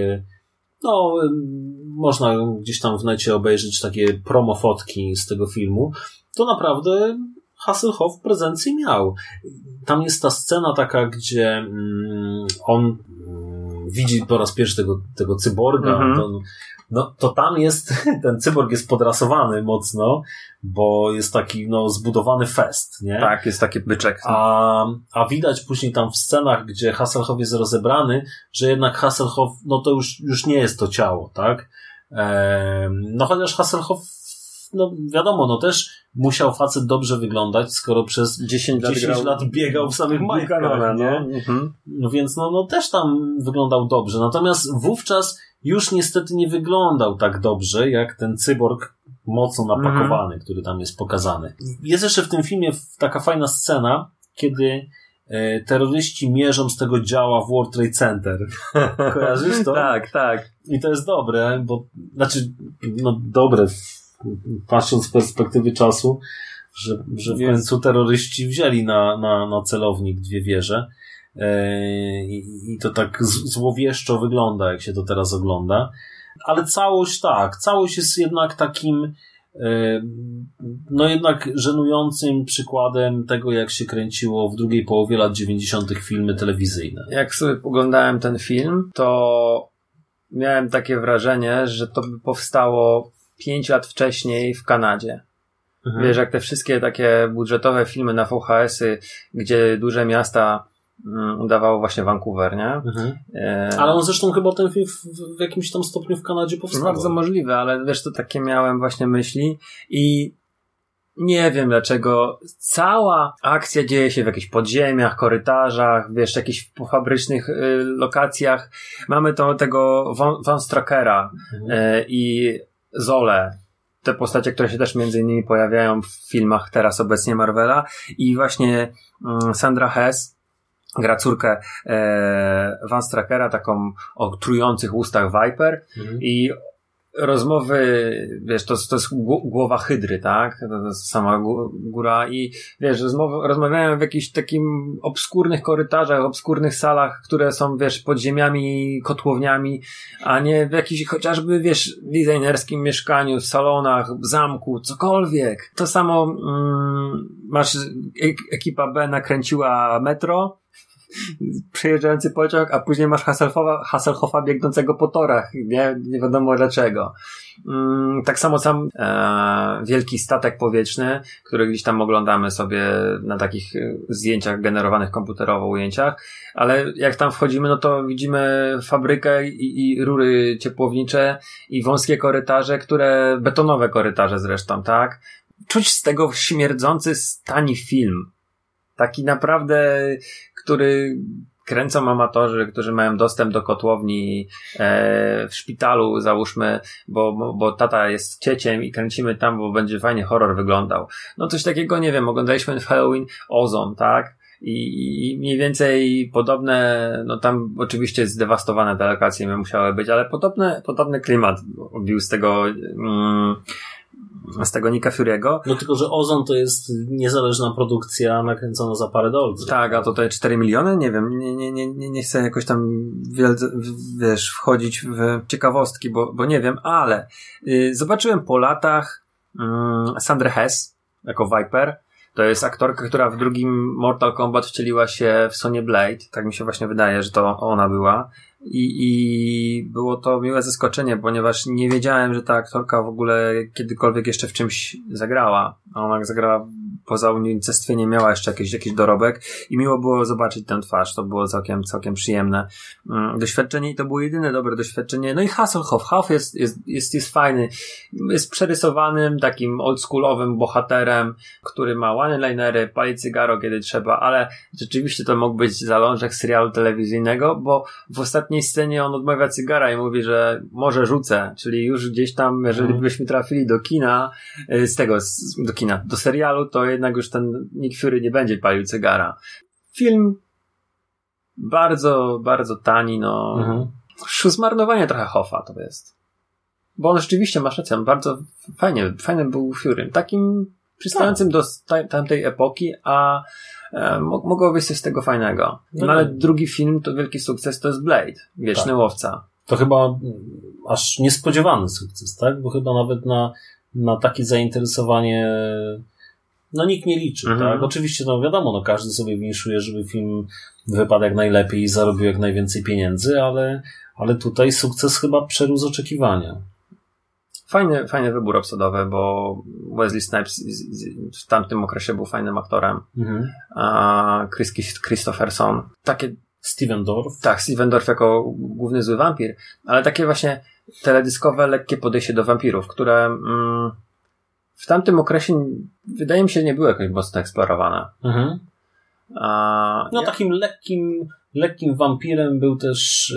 można gdzieś tam w necie obejrzeć takie promofotki z tego filmu, to naprawdę Hasselhoff prezencję miał. Tam jest ta scena taka, gdzie on widzi po raz pierwszy tego cyborga. To tam jest, ten cyborg jest podrasowany mocno, bo jest taki zbudowany fest, nie? Tak, jest taki byczek. A widać później tam w scenach, gdzie Hasselhoff jest rozebrany, że jednak Hasselhoff, to już nie jest to ciało, tak? Chociaż Hasselhoff, wiadomo, też musiał facet dobrze wyglądać, skoro przez 10 lat biegał w samych majtkach, nie? Więc też tam wyglądał dobrze. Natomiast wówczas już niestety nie wyglądał tak dobrze, jak ten cyborg mocno napakowany, który tam jest pokazany. Jest jeszcze w tym filmie taka fajna scena, kiedy terroryści mierzą z tego działa w World Trade Center. Kojarzysz to? Tak. I to jest dobre, bo dobre patrząc z perspektywy czasu, że w końcu terroryści wzięli na celownik 2 wieże. I to tak złowieszczo wygląda, jak się to teraz ogląda. Ale całość jest jednak takim jednak żenującym przykładem tego, jak się kręciło w drugiej połowie lat 90. filmy telewizyjne. Jak sobie oglądałem ten film, to miałem takie wrażenie, że to by powstało 5 lat wcześniej w Kanadzie. Wiesz, jak te wszystkie takie budżetowe filmy na VHS-y, gdzie duże miasta udawało właśnie Vancouver, nie? Ale on zresztą chyba ten film w jakimś tam stopniu w Kanadzie powstał. Bardzo możliwe, ale wiesz, to takie miałem właśnie myśli i nie wiem dlaczego cała akcja dzieje się w jakichś podziemiach, korytarzach, wiesz, jakichś fabrycznych lokacjach. Mamy tego Van Strakera i Zolę. Te postacie, które się też między innymi pojawiają w filmach teraz obecnie Marvela i właśnie Sandra Hess gra córkę Van Strakera, taką o trujących ustach Viper i rozmowy, wiesz, to jest głowa hydry, tak? To jest sama góra i wiesz, rozmawiają w jakichś takim obskurnych korytarzach, obskurnych salach, które są, wiesz, podziemiami, kotłowniami, a nie w jakichś chociażby, wiesz, designerskim mieszkaniu, w salonach, zamku, cokolwiek. To samo masz, ekipa B nakręciła metro, przejeżdżający pociąg, a później masz Hasselhoffa biegnącego po torach, nie wiadomo dlaczego. Tak samo sam wielki statek powietrzny, który gdzieś tam oglądamy sobie na takich zdjęciach generowanych komputerowo ujęciach, ale jak tam wchodzimy, to widzimy fabrykę i rury ciepłownicze i wąskie korytarze, betonowe korytarze zresztą, tak? Czuć z tego śmierdzący tani film. Taki naprawdę, który kręcą amatorzy, którzy mają dostęp do kotłowni w szpitalu, załóżmy, bo tata jest cieciem i kręcimy tam, bo będzie fajnie horror wyglądał. Coś takiego, nie wiem, oglądaliśmy w Halloween Ozone, tak? I mniej więcej podobne, tam oczywiście zdewastowane te lokacje musiały być, ale podobny klimat bił z tego z tego Nicka Fury'ego. No tylko, że Ozon to jest niezależna produkcja nakręcona za parę dolców. Tak, a tutaj 4 miliony? Nie wiem, nie chcę jakoś tam wchodzić w ciekawostki, bo nie wiem, ale zobaczyłem po latach Sandrę Hess jako Viper. To jest aktorka, która w drugim Mortal Kombat wcieliła się w Sonię Blade. Tak mi się właśnie wydaje, że to ona była. I było to miłe zaskoczenie, ponieważ nie wiedziałem, że ta aktorka w ogóle kiedykolwiek jeszcze w czymś zagrała. A ona zagrała poza unicestwieniem, miała jeszcze jakiś dorobek i miło było zobaczyć tę twarz. To było całkiem przyjemne doświadczenie i to było jedyne dobre doświadczenie. No i Hasselhoff. Hoff jest fajny. Jest przerysowanym, takim oldschoolowym bohaterem, który ma one-linery, pali cygaro kiedy trzeba, ale rzeczywiście to mógł być zalążek serialu telewizyjnego, bo w ostatniej scenie on odmawia cygara i mówi, że może rzucę, czyli już gdzieś tam, jeżeli byśmy trafili do kina, do serialu, to jednak już ten Nick Fury nie będzie palił cygara. Film bardzo, bardzo tani, zmarnowanie trochę Hoffa to jest. Bo on rzeczywiście, masz rację, bardzo fajny był Fury. Takim przystającym do tamtej epoki, a mogło być coś z tego fajnego. No ale drugi film, to wielki sukces, to jest Blade, Wieczny Łowca. To chyba aż niespodziewany sukces, tak? Bo chyba nawet na takie zainteresowanie nikt nie liczy, tak? Oczywiście, wiadomo, każdy sobie winszuje, żeby film wypadł jak najlepiej i zarobił jak najwięcej pieniędzy, ale tutaj sukces chyba przerósł oczekiwania. Fajny wybór obsadowy, bo Wesley Snipes w tamtym okresie był fajnym aktorem. A Chris Christopherson. Steven Dorff. Tak, Steven Dorff jako główny zły wampir, ale takie właśnie teledyskowe, lekkie podejście do wampirów, które w tamtym wydaje mi się, nie były jakoś mocno eksplorowane. Takim lekkim wampirem był też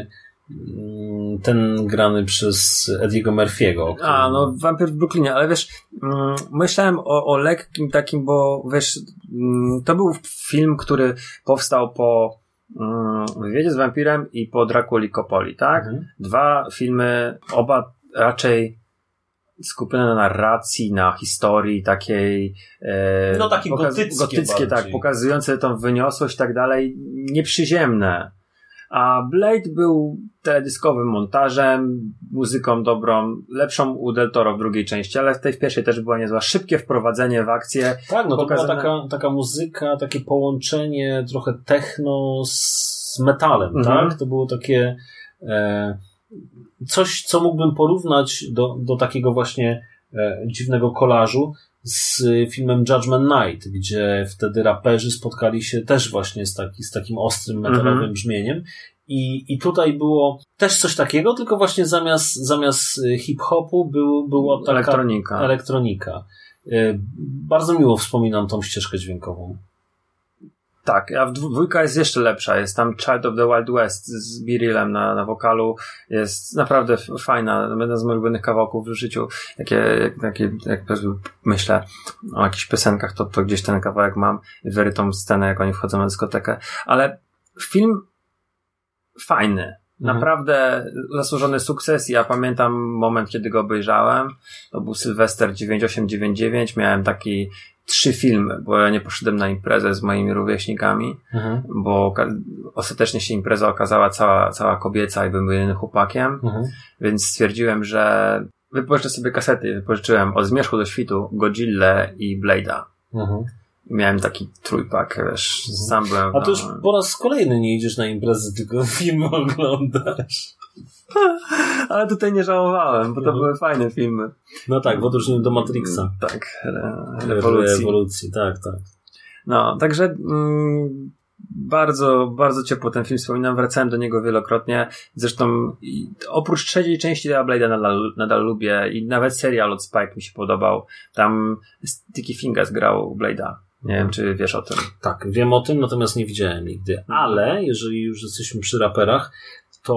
ten grany przez Ediego Murphy'ego. Wampir w Brooklynie, ale wiesz, myślałem o lekkim takim, bo wiesz, to był film, który powstał po Wywiadzie z wampirem i po Drakuli Coppoli, tak? Dwa filmy, oba raczej skupione na narracji, na historii takiej takie gotyckie tak, pokazujące tą wyniosłość i tak dalej, nieprzyziemne. A Blade był teledyskowym montażem, muzyką dobrą, lepszą u Del Toro w drugiej części, ale w pierwszej też była niezła. Szybkie wprowadzenie w akcję. Tak, to była taka muzyka, takie połączenie trochę techno z metalem, tak? To było takie coś, co mógłbym porównać do takiego właśnie dziwnego kolażu z filmem Judgment Night, gdzie wtedy raperzy spotkali się też właśnie z takim ostrym metalowym brzmieniem i tutaj było też coś takiego, tylko właśnie zamiast hip-hopu była taka elektronika. Bardzo miło wspominam tą ścieżkę dźwiękową. Tak, a dwójka jest jeszcze lepsza. Jest tam Child of the Wild West z Birillem na wokalu. Jest naprawdę fajna. Jeden z moich ulubionych kawałków w życiu. Jak myślę o jakichś piosenkach, to gdzieś ten kawałek mam. Wyrytą scenę, jak oni wchodzą na dyskotekę. Ale film fajny. Naprawdę zasłużony sukces. Ja pamiętam moment, kiedy go obejrzałem. To był Sylwester 98-99. Miałem taki 3 filmy, bo ja nie poszedłem na imprezę z moimi rówieśnikami, bo ostatecznie się impreza okazała cała kobieca i byłem jedynym chłopakiem, więc stwierdziłem, że wypożyczę sobie kasety. Wypożyczyłem Od Zmierzchu do Świtu, Godzillę i Blade'a. Miałem taki trójpak, wiesz, sam byłem... A to już po raz kolejny nie idziesz na imprezę, tylko filmy oglądasz. Ale tutaj nie żałowałem, bo to były fajne filmy. No tak, w odróżnieniu do Matrixa. Tak, rewolucji, tak. No, także bardzo, bardzo ciepło ten film wspominam, wracałem do niego wielokrotnie. Zresztą oprócz trzeciej części Blade'a nadal lubię i nawet serial od Spike mi się podobał. Tam Sticky Fingers grał Blade'a. Nie wiem, czy wiesz o tym. Tak, wiem o tym, natomiast nie widziałem nigdy. Ale jeżeli już jesteśmy przy raperach, to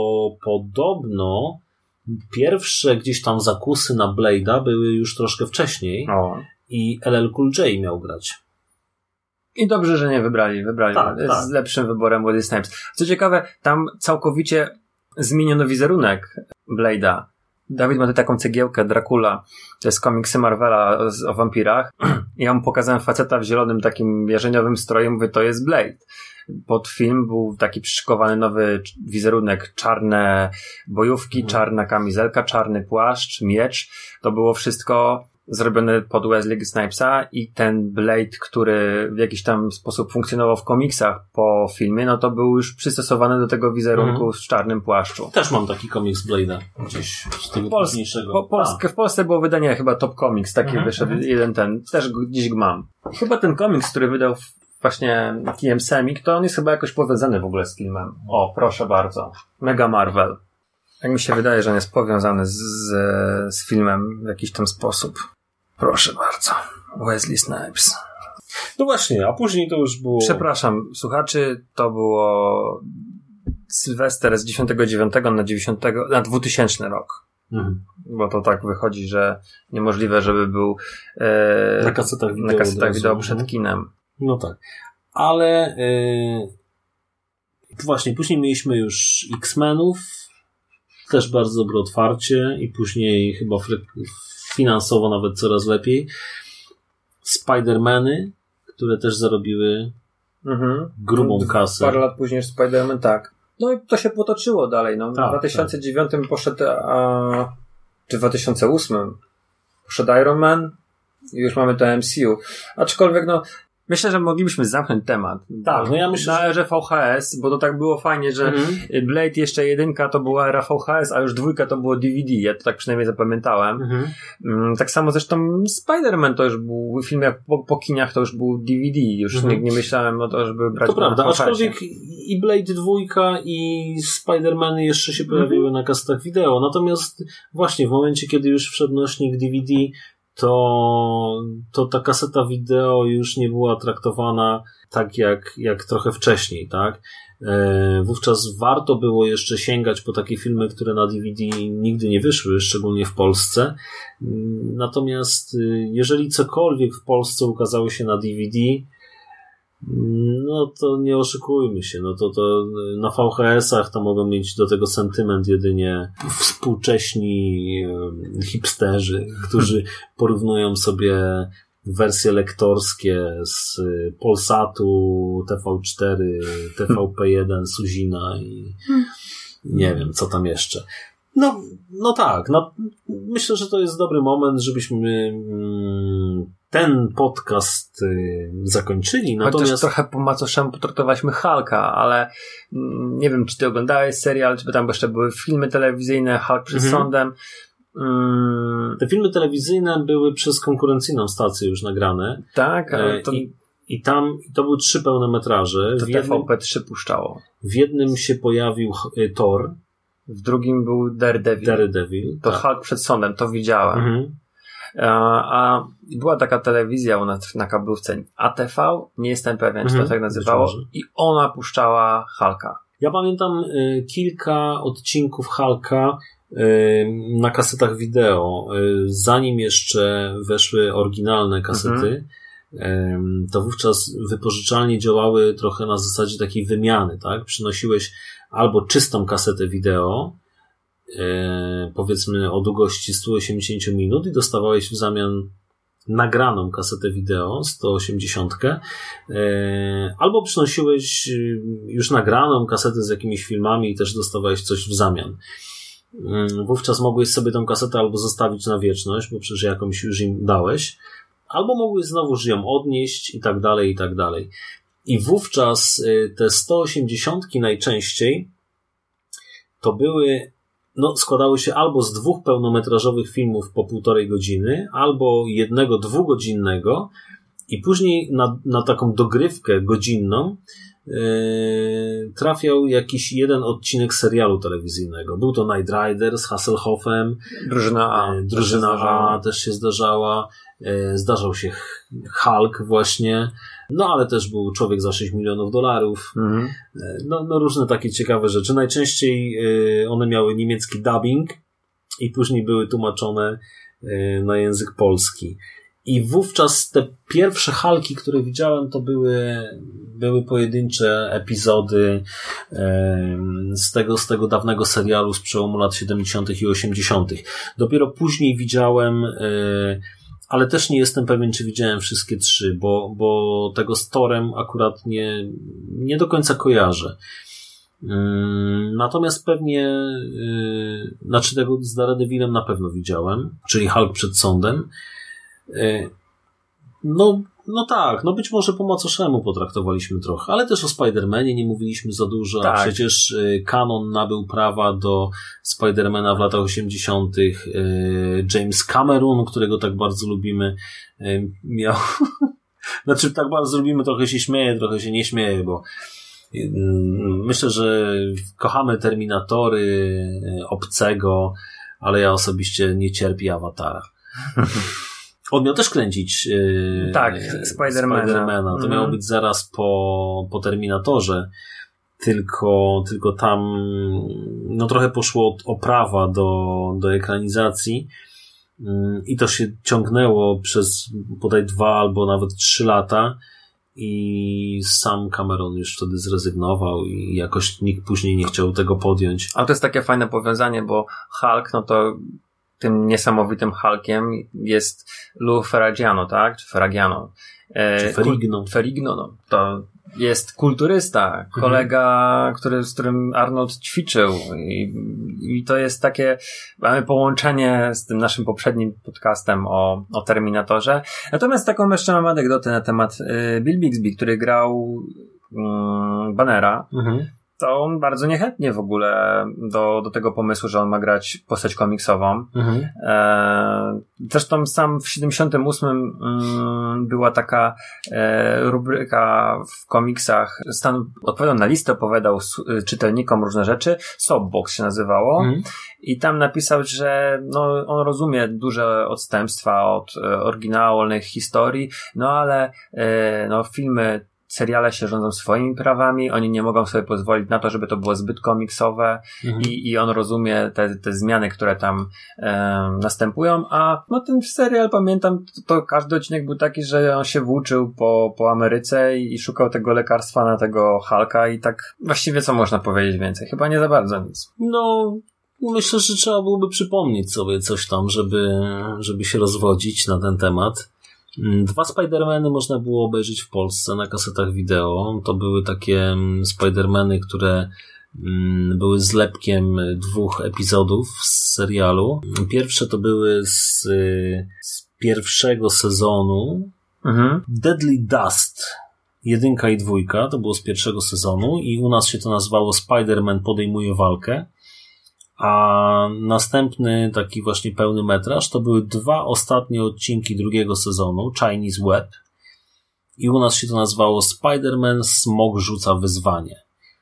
podobno pierwsze gdzieś tam zakusy na Blade'a były już troszkę wcześniej i LL Cool J miał grać. I dobrze, że nie wybrali. Tak. Z lepszym wyborem Wesley Snipes. Co ciekawe, tam całkowicie zmieniono wizerunek Blade'a. Dawid ma tu taką cegiełkę Dracula, to jest komiksy Marvela o wampirach. Ja mu pokazałem faceta w zielonym takim jarzeniowym stroju, mówię, to jest Blade. Pod film był taki przyszykowany nowy wizerunek, czarne bojówki, czarna kamizelka, czarny płaszcz, miecz. To było wszystko zrobione pod Wesley Snipesa i ten Blade, który w jakiś tam sposób funkcjonował w komiksach po filmie, no to był już przystosowany do tego wizerunku w czarnym płaszczu. Też mam taki komiks Blade'a gdzieś z tego późniejszego. W Polsce było wydanie chyba Top Comics, taki wyszedł jeden ten, też gdzieś go mam. Chyba ten komiks, który wydał właśnie TM Semik, to on jest chyba jakoś powiązany w ogóle z filmem. O, proszę bardzo. Mega Marvel. Jak mi się wydaje, że on jest powiązany z filmem w jakiś tam sposób. Proszę bardzo. Wesley Snipes. No właśnie, a później to już było... Przepraszam, słuchaczy, to było Sylwester z 99 na 2000 rok. Bo to tak wychodzi, że niemożliwe, żeby był na kasetach wideo przed kinem. No tak. Ale właśnie, później mieliśmy już X-Menów, też bardzo dobre otwarcie i później chyba finansowo nawet coraz lepiej. Spider-Many, które też zarobiły grubą kasę. Parę lat później Spider-Man, tak. No i to się potoczyło dalej. No. Tak, w 2009 poszedł, czy w 2008 poszedł Iron Man i już mamy to MCU. Aczkolwiek no myślę, że moglibyśmy zamknąć temat. Tak, no ja myślę, na erze VHS, bo to tak było fajnie, że Blade jeszcze 1 to była era VHS, a już 2 to było DVD. Ja to tak przynajmniej zapamiętałem. Tak samo zresztą Spider-Man to już był film, jak po kiniach to już był DVD. Już nie myślałem o to, żeby brać. To prawda, VHS-ie. aczkolwiek i Blade 2 i Spider-Many jeszcze się pojawiły na kasetach wideo. Natomiast właśnie w momencie, kiedy już wszedł nośnik DVD, to ta kaseta wideo już nie była traktowana tak jak trochę wcześniej, tak? Wówczas warto było jeszcze sięgać po takie filmy, które na DVD nigdy nie wyszły, szczególnie w Polsce. Natomiast jeżeli cokolwiek w Polsce ukazało się na DVD, no to nie oszukujmy się, no to na VHS-ach to mogą mieć do tego sentyment jedynie współcześni hipsterzy, którzy porównują sobie wersje lektorskie z Polsatu, TV4, TVP1, Suzina i nie wiem, co tam jeszcze. No tak, myślę, że to jest dobry moment, żebyśmy ten podcast zakończyli. Natomiast chociaż trochę po macoszemu potraktowaliśmy Hulka, ale nie wiem, czy ty oglądałeś serial, czy tam jeszcze były filmy telewizyjne, Hulk przed sądem. Te filmy telewizyjne były przez konkurencyjną stację już nagrane. Tak, ale to... I tam to były 3 pełnometraże. To TVP3 puszczało. W jednym się pojawił Thor. W drugim był Daredevil. To tak. Hulk przed sądem, to widziałem. A była taka telewizja u nas na kablówce ATV, nie jestem pewien, czy to tak nazywało, i ona puszczała Hulka. Ja pamiętam kilka odcinków Hulka na kasetach wideo, zanim jeszcze weszły oryginalne kasety. To wówczas wypożyczalnie działały trochę na zasadzie takiej wymiany, tak? Przynosiłeś albo czystą kasetę wideo, powiedzmy o długości 180 minut i dostawałeś w zamian nagraną kasetę wideo 180, albo przynosiłeś już nagraną kasetę z jakimiś filmami i też dostawałeś coś w zamian. Wówczas mogłeś sobie tę kasetę albo zostawić na wieczność, bo przecież jakąś już im dałeś, albo mogłeś znowuż ją odnieść i tak dalej, i tak dalej. I wówczas te 180 najczęściej to były, składały się albo z 2 pełnometrażowych filmów po 1,5 godziny, albo jednego 2-godzinnego i później na taką dogrywkę godzinną trafiał jakiś jeden odcinek serialu telewizyjnego. Był to Knight Rider z Hasselhoffem, Drużyna A też się zdarzała, zdarzał się Hulk właśnie, ale też był Człowiek za $6 milionów. Różne takie ciekawe rzeczy. Najczęściej one miały niemiecki dubbing i później były tłumaczone na język polski. I wówczas te pierwsze Hulki, które widziałem, to były pojedyncze epizody z tego dawnego serialu z przełomu lat 70. i 80. Dopiero później widziałem, ale też nie jestem pewien, czy widziałem wszystkie 3, bo tego z Thorem akurat nie do końca kojarzę. Natomiast pewnie, tego z Daredevilem na pewno widziałem, czyli Hulk przed sądem. No tak, być może po macoszemu potraktowaliśmy trochę, ale też o Spider-Manie nie mówiliśmy za dużo, tak. A przecież Canon nabył prawa do Spider-Mana w latach 80. James Cameron, którego tak bardzo lubimy, miał tak bardzo lubimy, trochę się śmieje, trochę się nie śmieje, bo myślę, że kochamy Terminatory, Obcego, ale ja osobiście nie cierpię Awatara. On miał też kręcić Spider-Mana. To miało być zaraz po Terminatorze, tylko tam trochę poszło o prawa do ekranizacji i to się ciągnęło przez bodaj 2 albo nawet 3 lata i sam Cameron już wtedy zrezygnował i jakoś nikt później nie chciał tego podjąć. Ale to jest takie fajne powiązanie, bo Hulk, to tym niesamowitym Hulkiem jest Lou Ferrigno, tak? Czy Ferrigno. Czy Ferrigno. Ferrigno, to jest kulturysta, kolega, z którym Arnold ćwiczył i to jest takie, mamy połączenie z tym naszym poprzednim podcastem o Terminatorze. Natomiast taką jeszcze mam anegdotę na temat Bill Bixby, który grał Bannera. To on bardzo niechętnie w ogóle do tego pomysłu, że on ma grać postać komiksową. Zresztą sam w 78 była taka rubryka w komiksach. Stan odpowiadał na listę, opowiadał czytelnikom różne rzeczy. Soapbox się nazywało. I tam napisał, że on rozumie duże odstępstwa od oryginalnych historii, ale filmy, seriale się rządzą swoimi prawami, oni nie mogą sobie pozwolić na to, żeby to było zbyt komiksowe i on rozumie te zmiany, które tam następują, a ten serial, pamiętam, to każdy odcinek był taki, że on się włóczył po Ameryce i szukał tego lekarstwa na tego Hulka i tak właściwie co można powiedzieć więcej? Chyba nie za bardzo nic. Myślę, że trzeba byłoby przypomnieć sobie coś tam, żeby się rozwodzić na ten temat. 2 Spider-Many można było obejrzeć w Polsce na kasetach wideo. To były takie Spider-Many, które były zlepkiem 2 epizodów z serialu. Pierwsze to były z pierwszego sezonu. Deadly Dust 1 i 2 to było z pierwszego sezonu i u nas się to nazywało Spider-Man podejmuje walkę. A następny taki właśnie pełny metraż to były 2 ostatnie odcinki 2 sezonu, Chinese Web, i u nas się to nazywało Spider-Man Smog rzuca wyzwanie.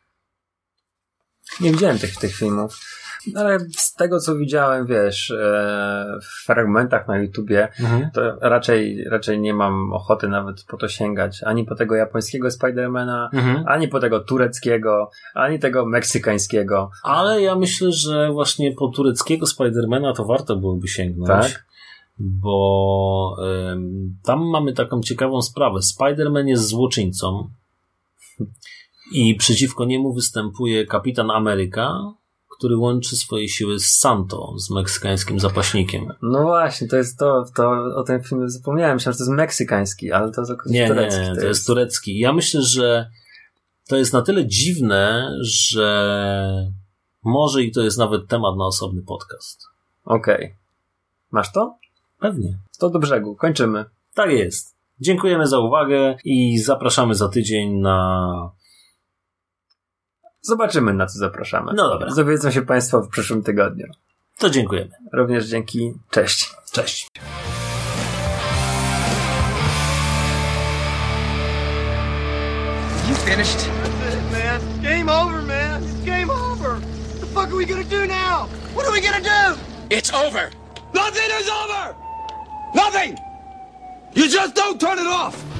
Nie widziałem tych filmów, ale z tego co widziałem, w fragmentach na YouTubie, to raczej nie mam ochoty nawet po to sięgać, ani po tego japońskiego Spidermana, ani po tego tureckiego, ani tego meksykańskiego. Ale ja myślę, że właśnie po tureckiego Spidermana to warto byłoby sięgnąć. Tak? Bo tam mamy taką ciekawą sprawę. Spider-Man jest złoczyńcą i przeciwko niemu występuje Kapitan Ameryka, który łączy swoje siły z Santo, z meksykańskim zapaśnikiem. No właśnie, to jest to o tym filmie zapomniałem. Myślałem, że to jest meksykański, ale to jest turecki. Nie, to jest turecki. Ja myślę, że to jest na tyle dziwne, że może i to jest nawet temat na osobny podcast. Okej. Masz to? Pewnie. To do brzegu. Kończymy. Tak jest. Dziękujemy za uwagę i zapraszamy za tydzień na... Zobaczymy, na co zapraszamy. No dobra. Dowiedzą się Państwo w przyszłym tygodniu. To dziękujemy. Również dzięki. Cześć. Cześć. You finished? That's it, man. Game over, man. It's game over. What the fuck are we gonna do now? What are we gonna do? It's over. Nothing is over! Nothing! You just don't turn it off!